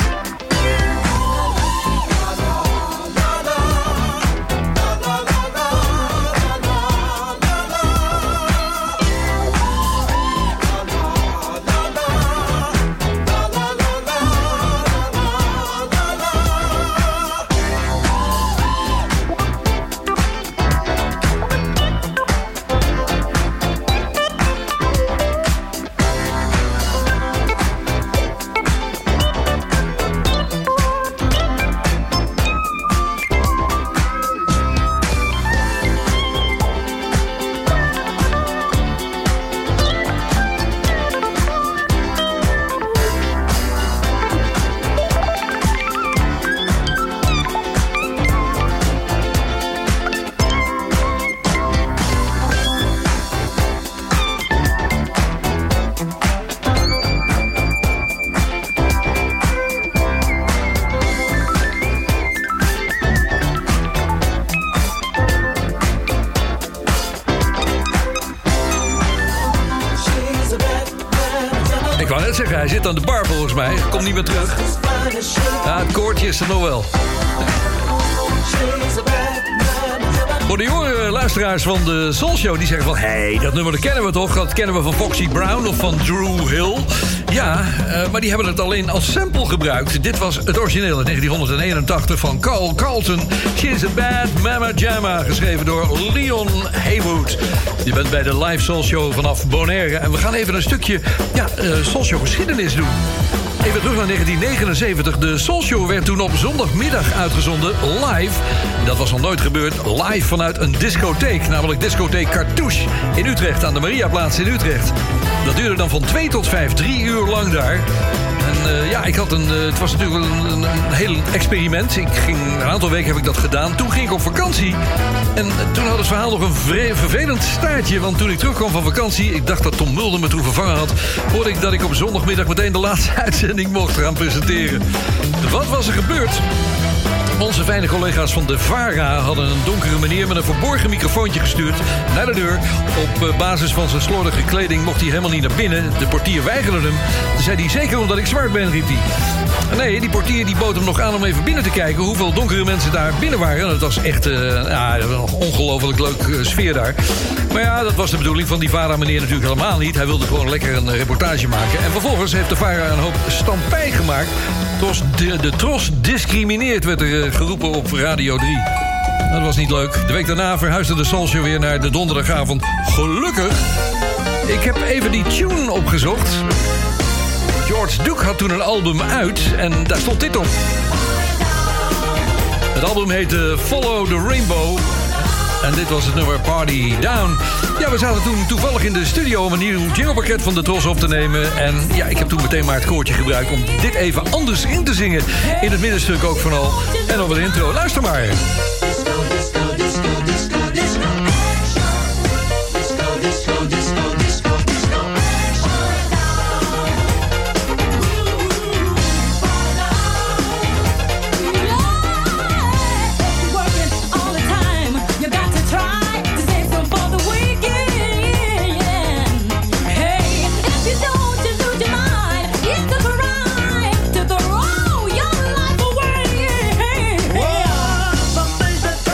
Ik wou net zeggen, hij zit aan de bar volgens mij. Komt niet meer terug. Ja, het koortje is er nog wel. Voor de jongere luisteraars van de Soul Show, die zeggen van... Hé, dat nummer dat kennen we toch? Dat kennen we van Foxy Brown of van Drew Hill. Ja, maar die hebben het alleen als sample gebruikt. Dit was het origineel in 1981 van Carl Carlton. She's a Bad Mama Jamma, geschreven door Leon Haywood. Je bent bij de live Soul Show vanaf Bonaire. En we gaan even een stukje Soul Show geschiedenis doen. Even terug naar 1979. De Soul Show werd toen op zondagmiddag uitgezonden live. Dat was nog nooit gebeurd. Live vanuit een discotheek. Namelijk discotheek Cartouche in Utrecht. Aan de Mariaplaats in Utrecht. Dat duurde dan van 2 tot 5, 3 uur lang daar. En het was natuurlijk een heel experiment. Een aantal weken heb ik dat gedaan. Toen ging ik op vakantie. En toen had het verhaal nog een vervelend staartje. Want toen ik terugkwam van vakantie... ik dacht dat Tom Mulder me toen vervangen had... hoorde ik dat ik op zondagmiddag meteen de laatste uitzending mocht gaan presenteren. Wat was er gebeurd? Onze fijne collega's van de VARA hadden een donkere meneer met een verborgen microfoontje gestuurd naar de deur. Op basis van zijn slordige kleding mocht hij helemaal niet naar binnen. De portier weigerde hem. Toen zei hij, zeker omdat ik zwart ben, riep hij. Nee, die portier die bood hem nog aan om even binnen te kijken hoeveel donkere mensen daar binnen waren. Dat was echt een ongelooflijk leuk sfeer daar. Maar ja, dat was de bedoeling van die VARA-meneer natuurlijk helemaal niet. Hij wilde gewoon lekker een reportage maken. En vervolgens heeft de VARA een hoop stampij gemaakt. De Tros discrimineert, werd er geroepen op Radio 3. Dat was niet leuk. De week daarna verhuisde de Soul Show weer naar de donderdagavond. Gelukkig. Ik heb even die tune opgezocht. George Duke had toen een album uit en daar stond dit op. Het album heette Follow the Rainbow. En dit was het nummer Party Down. Ja, we zaten toen toevallig in de studio om een nieuw jinglepakket van de Tros op te nemen. En ja, ik heb toen meteen maar het koortje gebruikt om dit even anders in te zingen. In het middenstuk ook vooral. En op het intro. Luister maar. Things that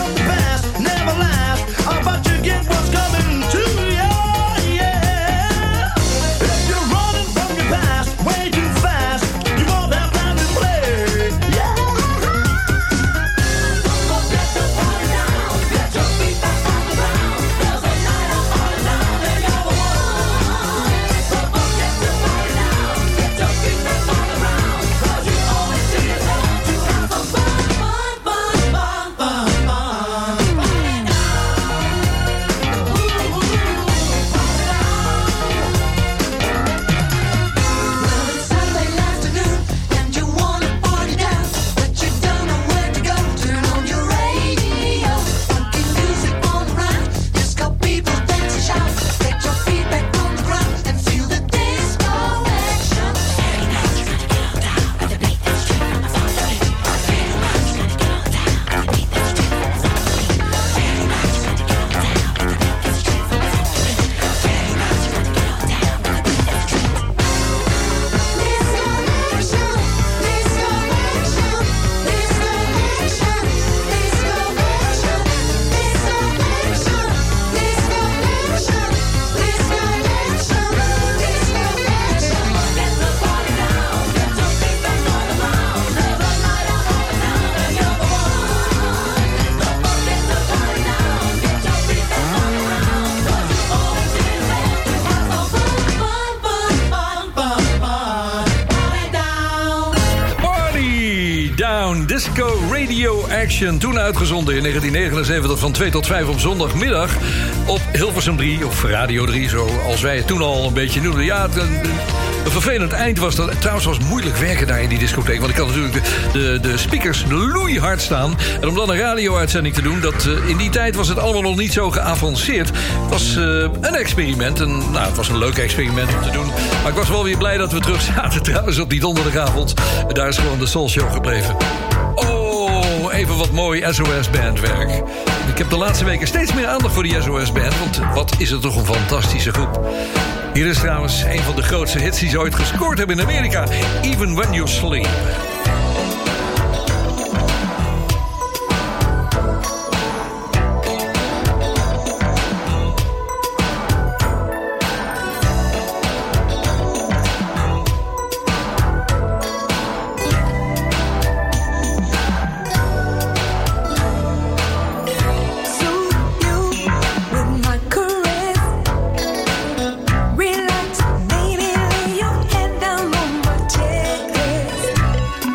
Down, Disco Radio Action. Toen uitgezonden in 1979 van 2 tot 5 op zondagmiddag op Hilversum 3, of Radio 3, zoals wij het toen al een beetje noemden. Ja, een vervelend eind was dat. Trouwens was moeilijk werken daar in die discotheek, want ik had natuurlijk de speakers loeihard staan. En om dan een radio-uitzending te doen, in die tijd was het allemaal nog niet zo geavanceerd. Het was een experiment. Het was een leuk experiment om te doen. Maar ik was wel weer blij dat we terug zaten trouwens op die donderdagavond. En daar is gewoon de Soul Show gebleven. Oh, even wat mooi SOS-bandwerk. Ik heb de laatste weken steeds meer aandacht voor die SOS-band. Want wat is het toch een fantastische groep. Hier is trouwens een van de grootste hits die ze ooit gescoord hebben in Amerika. Even When You Sleep. Relax, baby, lay your head down on my chest.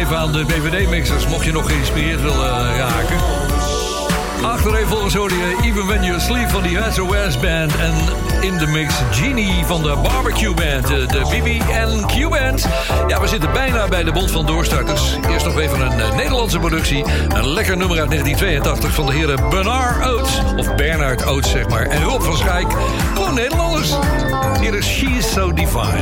even aan de BVD-mixers, mocht je nog geïnspireerd willen raken. Achtereenvolgens hoorde je Even When You Sleep van de SOS Band. En in de mix Genie van de Barbecue Band, de BB&Q Band. Ja, we zitten bijna bij de Bond van Doorstarters. Eerst nog even een Nederlandse productie. Een lekker nummer uit 1982 van de heren Bernard Oates. Of Bernard Oates, zeg maar. En Rob van Schaik. Gewoon Nederlanders. Hier is She's So Divine.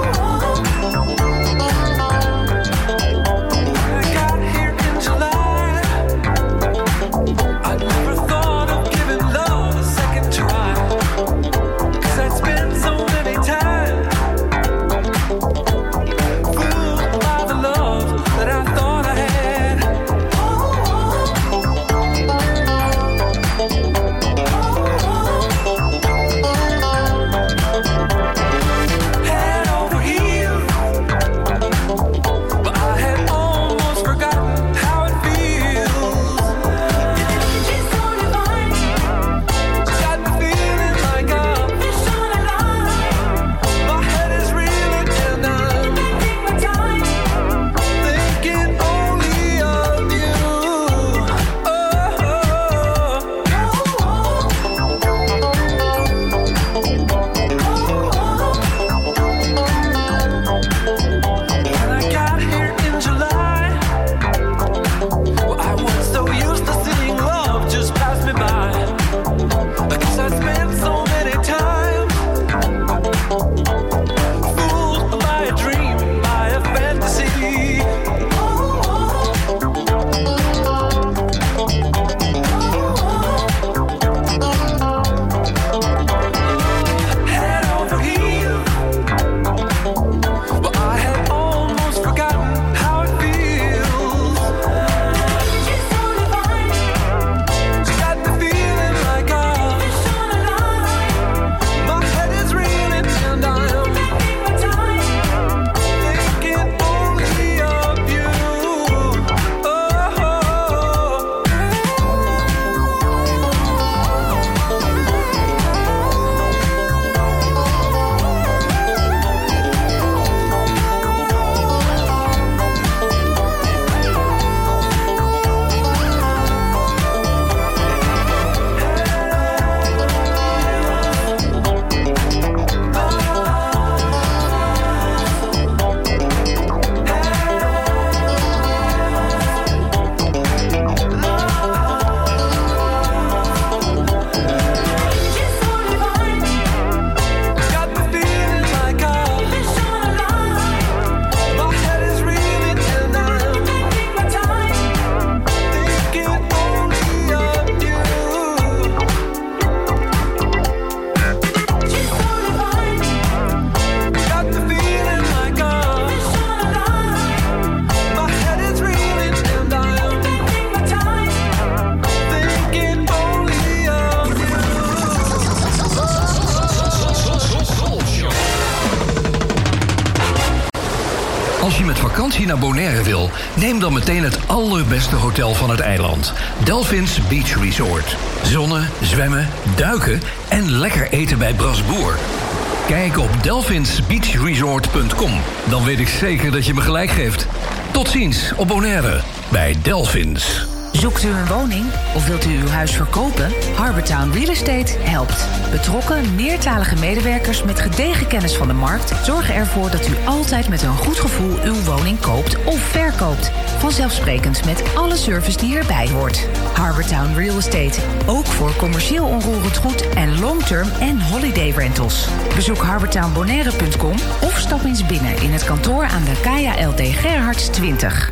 Als je met vakantie naar Bonaire wil, neem dan meteen het allerbeste hotel van het eiland. Delphins Beach Resort. Zonnen, zwemmen, duiken en lekker eten bij Brasboer. Kijk op delphinsbeachresort.com. Dan weet ik zeker dat je me gelijk geeft. Tot ziens op Bonaire bij Delphins. Zoekt u een woning of wilt u uw huis verkopen? Harbortown Real Estate helpt. Betrokken, meertalige medewerkers met gedegen kennis van de markt zorgen ervoor dat u altijd met een goed gevoel uw woning koopt of verkoopt. Vanzelfsprekend met alle service die erbij hoort. Harbortown Real Estate. Ook voor commercieel onroerend goed en long-term en holiday rentals. Bezoek harbortownbonaire.com of stap eens binnen in het kantoor aan de Kaya LD Gerhards 20.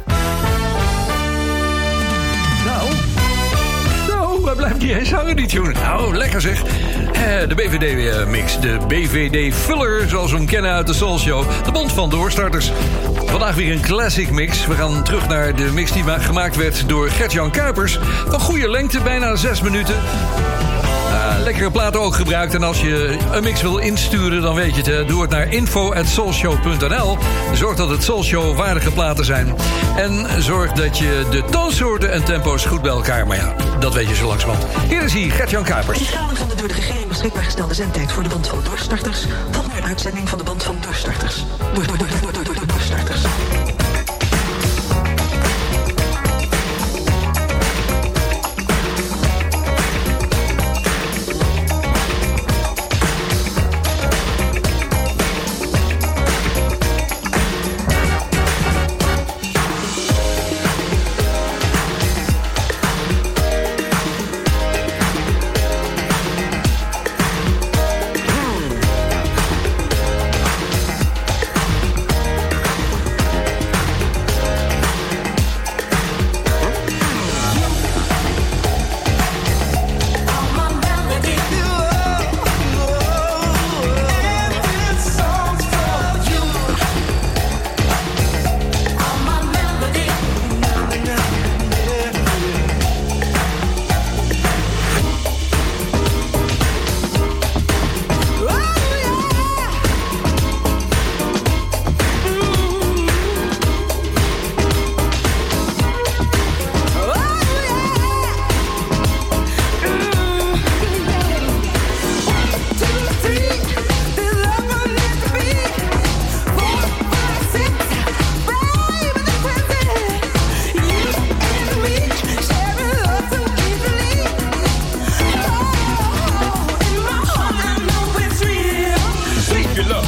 Waar blijft die eens hangen, die tune? Nou, lekker zeg. De BVD-mix, de BVD-fuller, zoals we hem kennen uit de Soul Show. De Bond van Doorstarters. Vandaag weer een classic mix. We gaan terug naar de mix die gemaakt werd door Gert-Jan Kuipers. Van goede lengte, bijna 6 minuten. Lekkere platen ook gebruikt. En als je een mix wil insturen, dan weet je het. Hè. Doe het naar info@soulshow.nl. Zorg dat het Soulshow waardige platen zijn. En zorg dat je de toonsoorten en tempo's goed bij elkaar... Maar ja, dat weet je zo langzamerhand. Hier is hij, Gert-Jan Kuipers. In kader van de door de regering beschikbaar gestelde zendtijd voor de Bond van Doorstarters... volgt nu een uitzending van de Bond van Doorstarters. Doorstarters.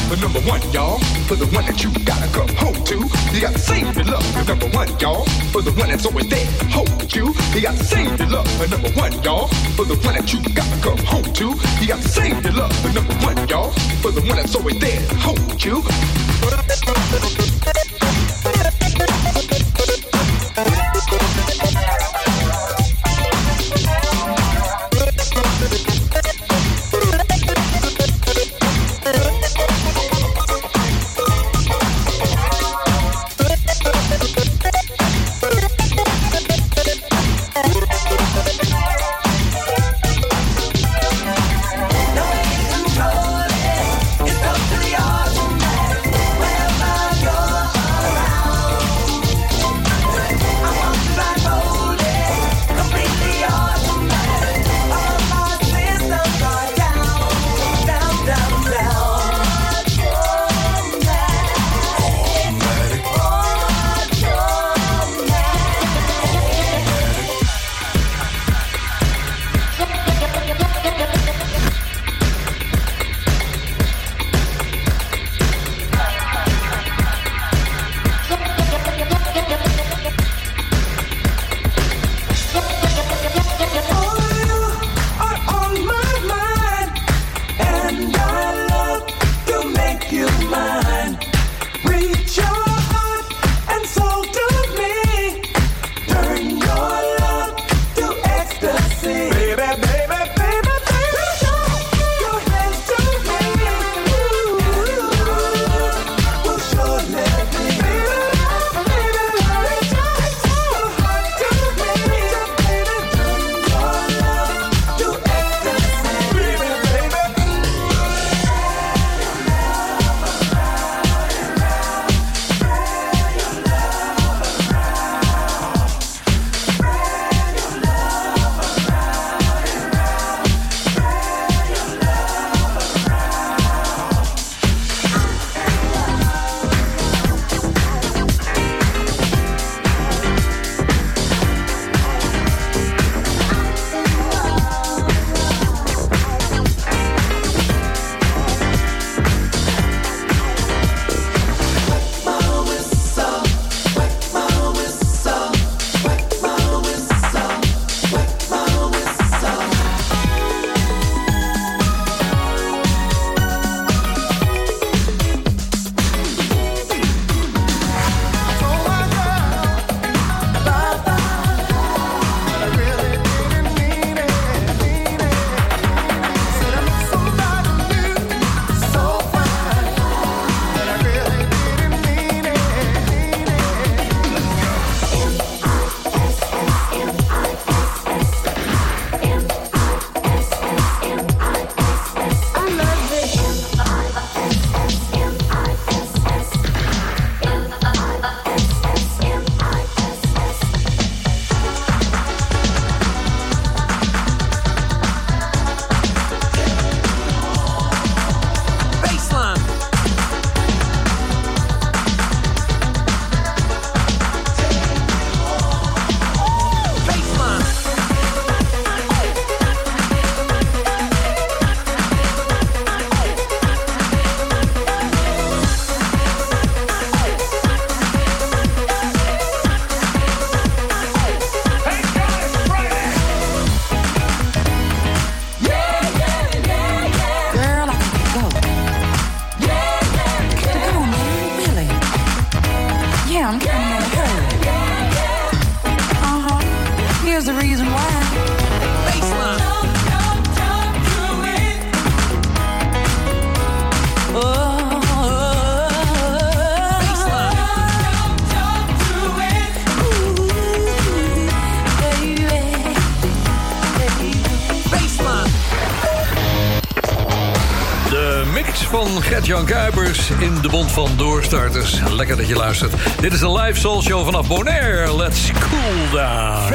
for number one, y'all. For the one that you gotta come home to. You gotta save your love for number one, y'all. For the one that's always there, hold you. You gotta save your love for number one, y'all. For the one that you gotta come home to. You gotta save your love for number one, y'all. For the one that's always there, hold you. van Gert-Jan Kuipers in de Bond van Doorstarters. Lekker dat je luistert. Dit is de live soul show vanaf Bonaire. Let's cool down.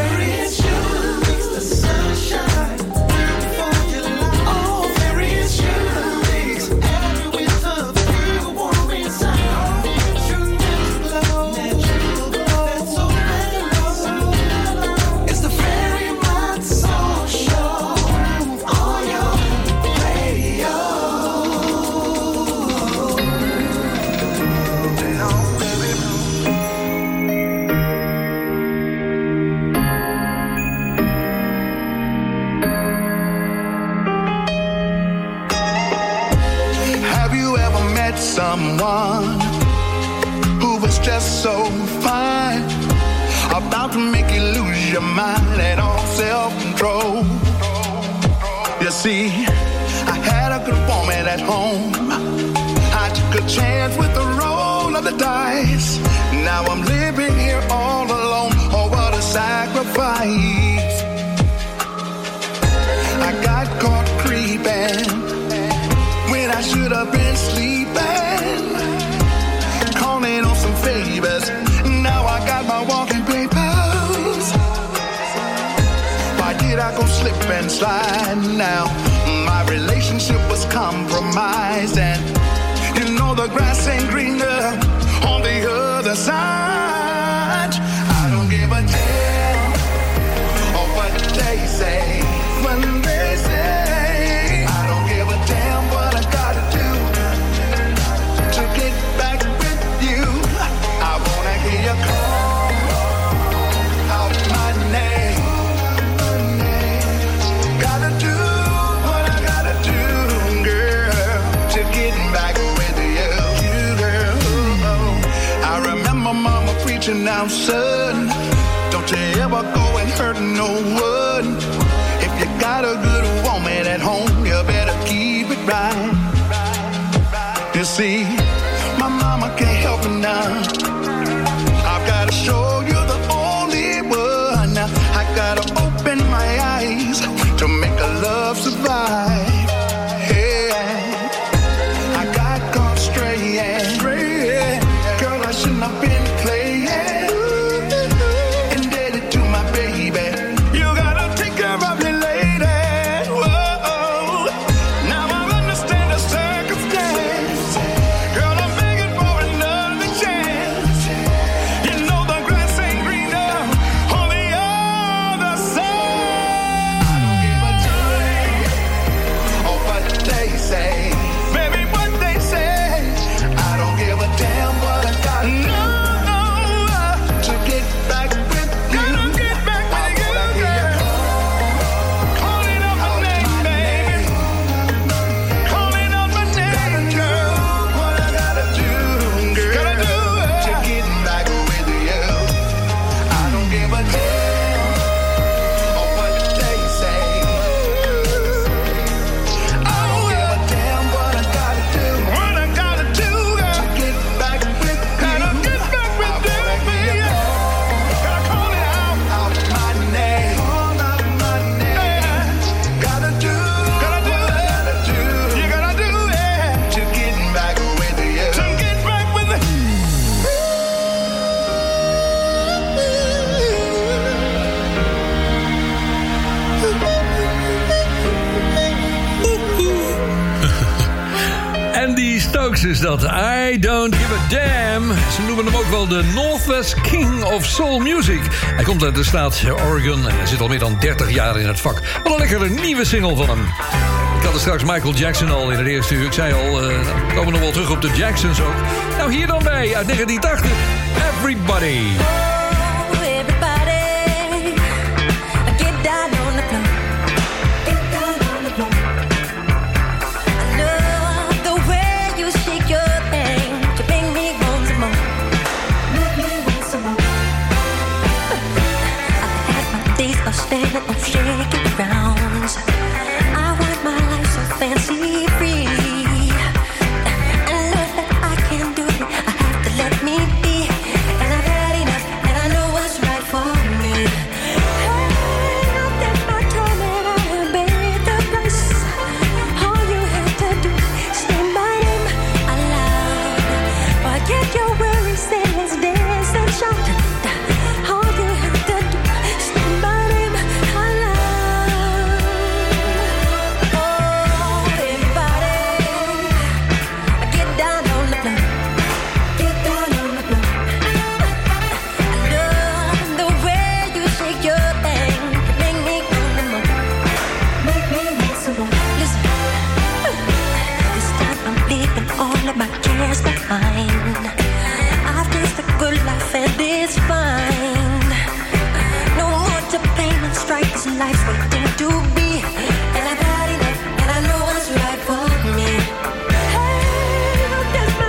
someone who was just so fine, about to make you lose your mind and all self-control. You see, I had a good woman at home. I took a chance with the roll of the dice. Now I'm living here all alone. Oh, what a sacrifice. I got caught creeping when I should have been sleeping, calling on some favors. Now I got my walking papers. Why did I go slip and slide now? My relationship was compromised, and you know the grass ain't greener on the other side. I don't give a damn of what they say when they say. I don't give a damn what I gotta do to get back with you. I wanna hear you call out my name. Gotta do what I gotta do, girl, to get back with you, girl. I remember mama preaching out, son, don't you ever go and hurt no one. If you got a good woman at home, you better keep it right. You see, my mama can't help it now. I've gotta show you the only one. I gotta open my eyes to make a love survive. Yeah, I got caught straying. Girl, I shouldn't have been playing. Indebted to my baby. You gotta take care of me, lady. Whoa. Now I understand the circumstance. Girl, I'm begging for another chance. You know the grass ain't greener on the other side. I don't give a damn of what they say. Baby, what they say. I don't give a damn what I got to get back with you. Gotta get back with you, girl. Calling out my name, baby. Calling out my name, girl. What I gotta do, girl, to get back with you. I don't give a damn of what they say. I don't give a damn what I gotta do. What I gotta do, girl, to get back with you. Gotta get back with you, baby. Gotta call it out my name. Gotta do what I gotta do. You gotta do it to get back with you. To get back with Andy Stokes is dat. I don't give a damn. Ze noemen hem ook wel de Northwest King of Soul Music. Hij komt uit de staat Oregon en hij zit al meer dan 30 jaar in het vak. Wat een lekkere nieuwe single van hem. Ik had er straks Michael Jackson al in het eerste uur. Ik zei al, we komen nog wel terug op de Jacksons ook. Nou, hier dan bij, uit 1980. Everybody. Standing up, shaking grounds. I want my life so fancy free. I know that I can do it. I have to let me be. And I've had enough, and I know what's right for me. Hey, look at my time, and I have paid the price. All you have to do is stand by him aloud. Forget your worries and let's dance and shout. All you have to do is stand by him aloud. Oh, everybody, get down on the floor. Get down on the floor. I love the way you shake your thing. You make me go the more. Make me want some more. Listen, this time I'm leaving all of my cares behind. I've tasted the good life and it's fine. No more to pain and strife. This life's waiting to be. And I've had enough, and I know what's right for me. Hey, look, there's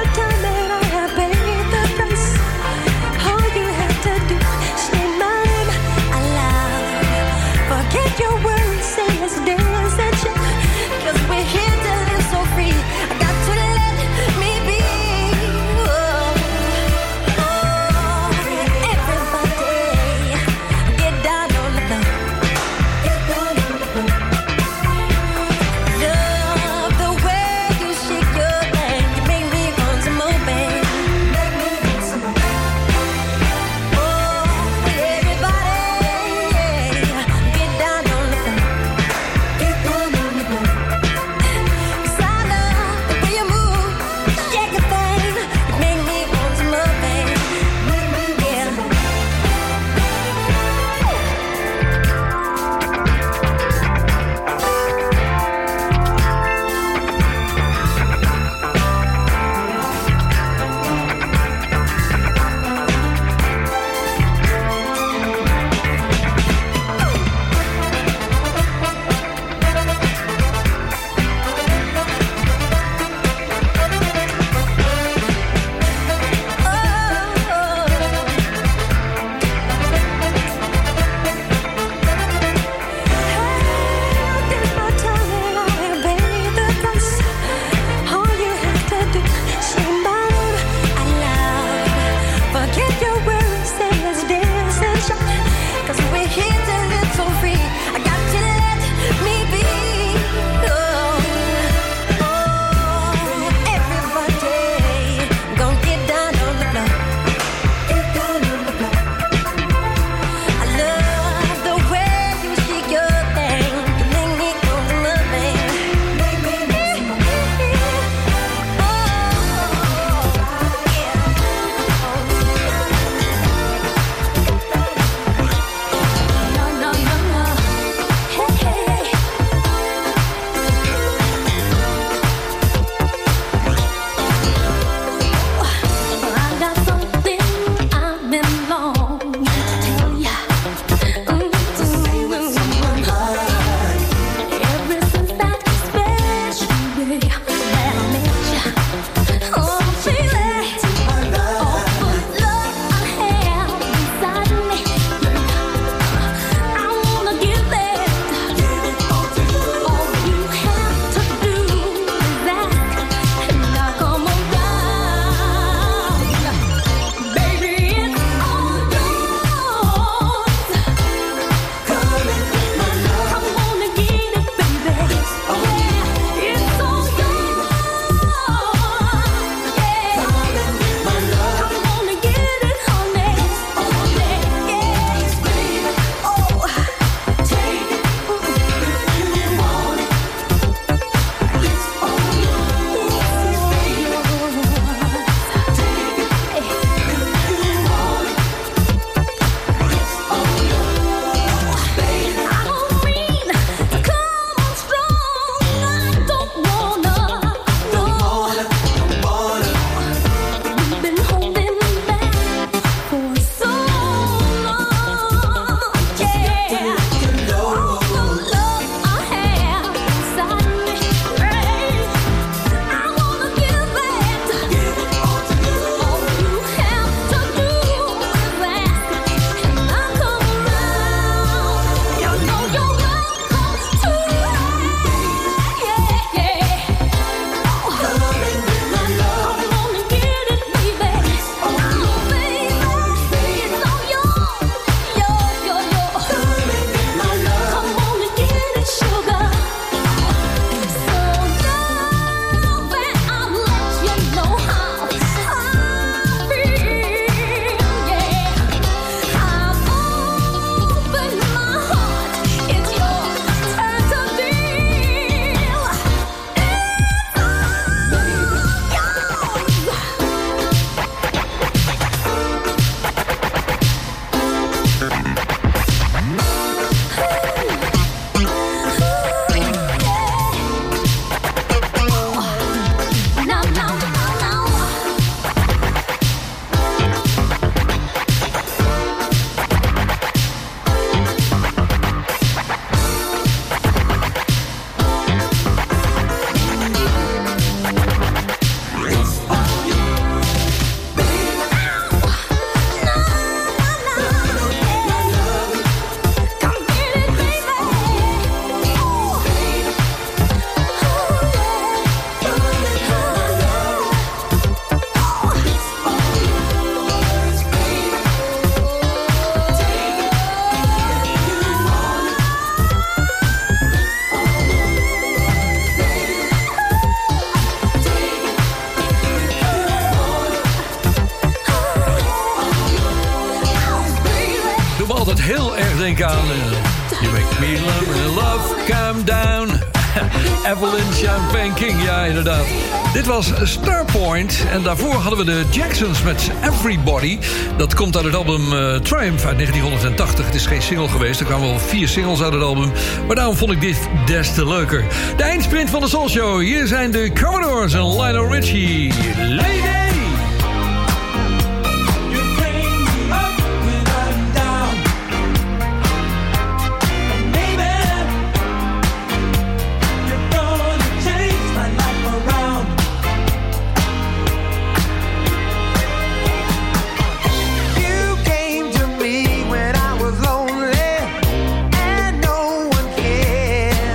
heel erg denken aan... You make me love come down. Evelyn Champagne King, ja inderdaad. Dit was Starpoint en daarvoor hadden we de Jacksons met Everybody. Dat komt uit het album Triumph uit 1980. Het is geen single geweest, er kwamen wel 4 singles uit het album. Maar daarom vond ik dit des te leuker. De eindsprint van de Soul Show. Hier zijn de Commodores en Lionel Richie. Lady!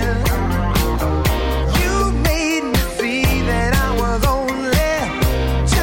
Just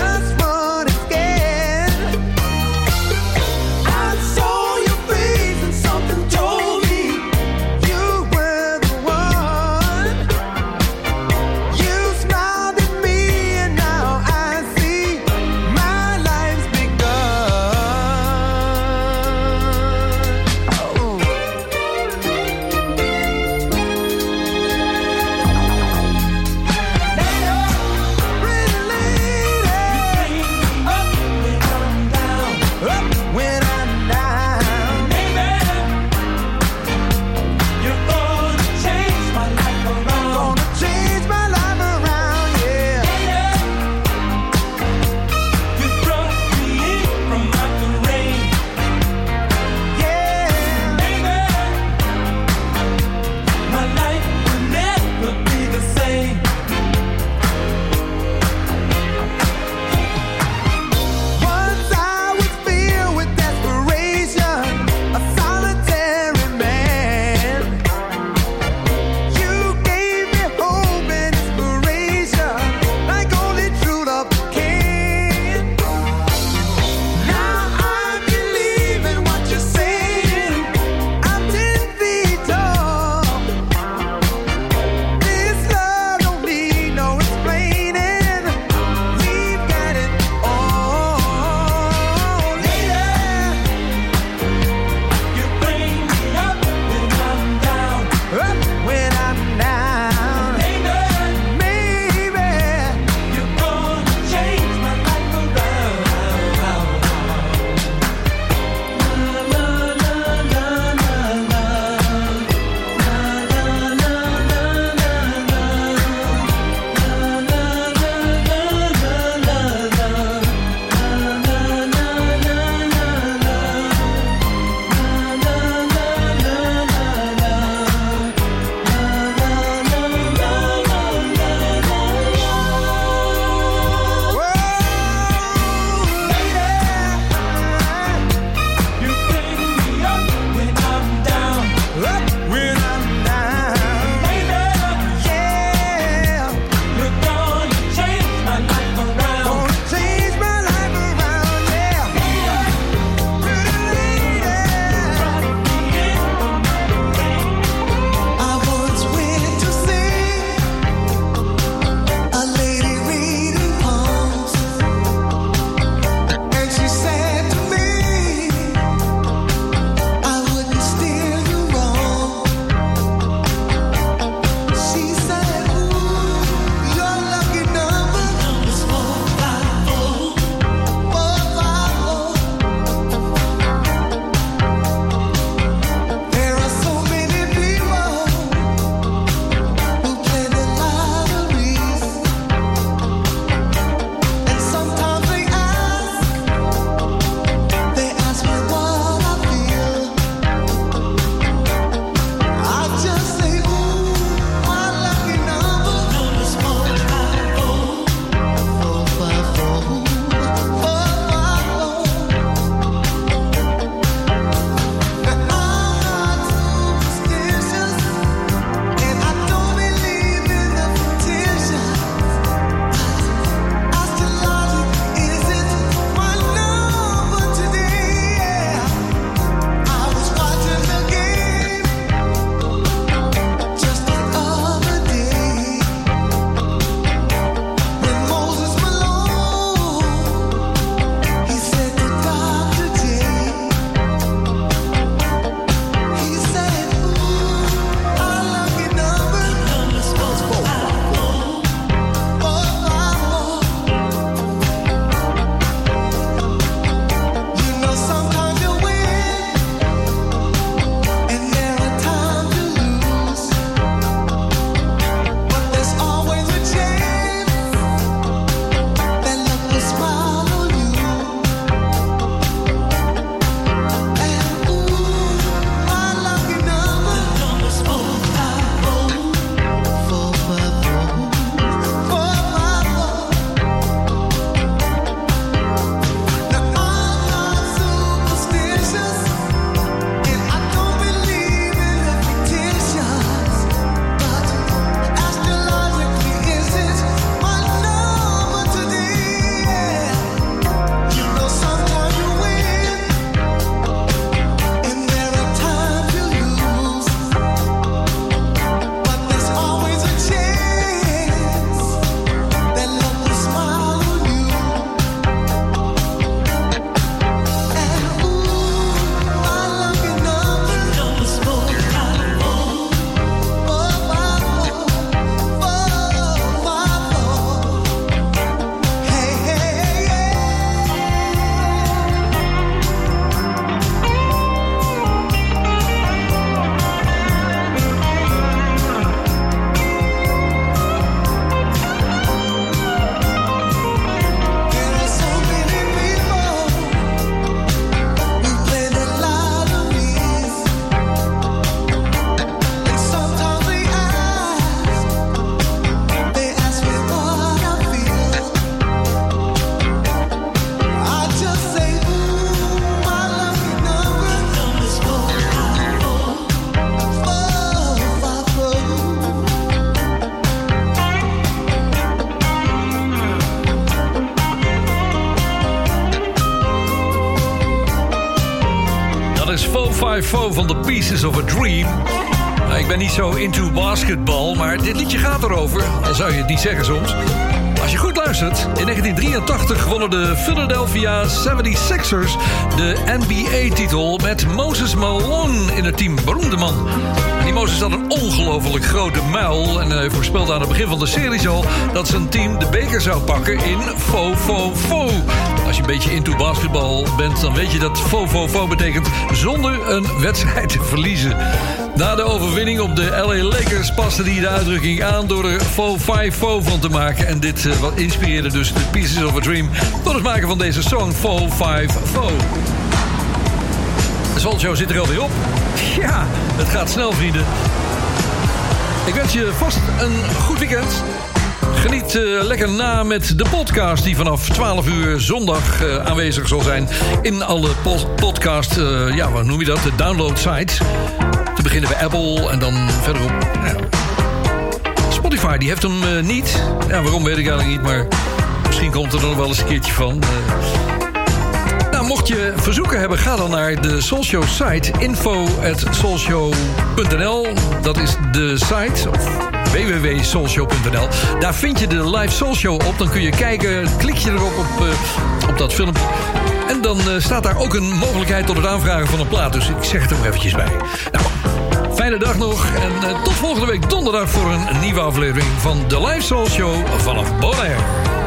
is 454 van The Pieces of a Dream. Nou, ik ben niet zo into basketbal, maar dit liedje gaat erover. Al zou je het niet zeggen soms. Als je goed luistert, in 1983 wonnen de Philadelphia 76ers de NBA-titel met Moses Malone in het team. Beroemde man. En die Moses had een ongelooflijk grote muil en hij voorspelde aan het begin van de series al dat zijn team de beker zou pakken in fo-fo-fo. Als je een beetje into basketbal bent, dan weet je dat fo-fo-fo betekent zonder een wedstrijd te verliezen. Na de overwinning op de LA Lakers paste hij de uitdrukking aan door er fo-fi-fo van te maken. En dit wat inspireerde dus de Pieces of a Dream door het maken van deze song fo-fi-fo. De Soul Show zit er alweer op. Ja, het gaat snel, vrienden. Ik wens je vast een goed weekend. Geniet lekker na met de podcast die vanaf 12 uur zondag aanwezig zal zijn in alle podcast, wat noem je dat, de download sites. Te beginnen bij Apple en dan verderop. Spotify, die heeft hem niet. Ja, waarom weet ik eigenlijk niet, maar misschien komt er dan wel eens een keertje van. Mocht je verzoeken hebben, ga dan naar de Soulshow site info@soulshow.nl. Dat is de site, of www.soulshow.nl. Daar vind je de live Soulshow op. Dan kun je kijken, klik je erop op dat filmpje. En dan staat daar ook een mogelijkheid tot het aanvragen van een plaat. Dus ik zeg het er maar eventjes bij. Nou, fijne dag nog en tot volgende week donderdag voor een nieuwe aflevering van de Live Soul Show vanaf Bonaire.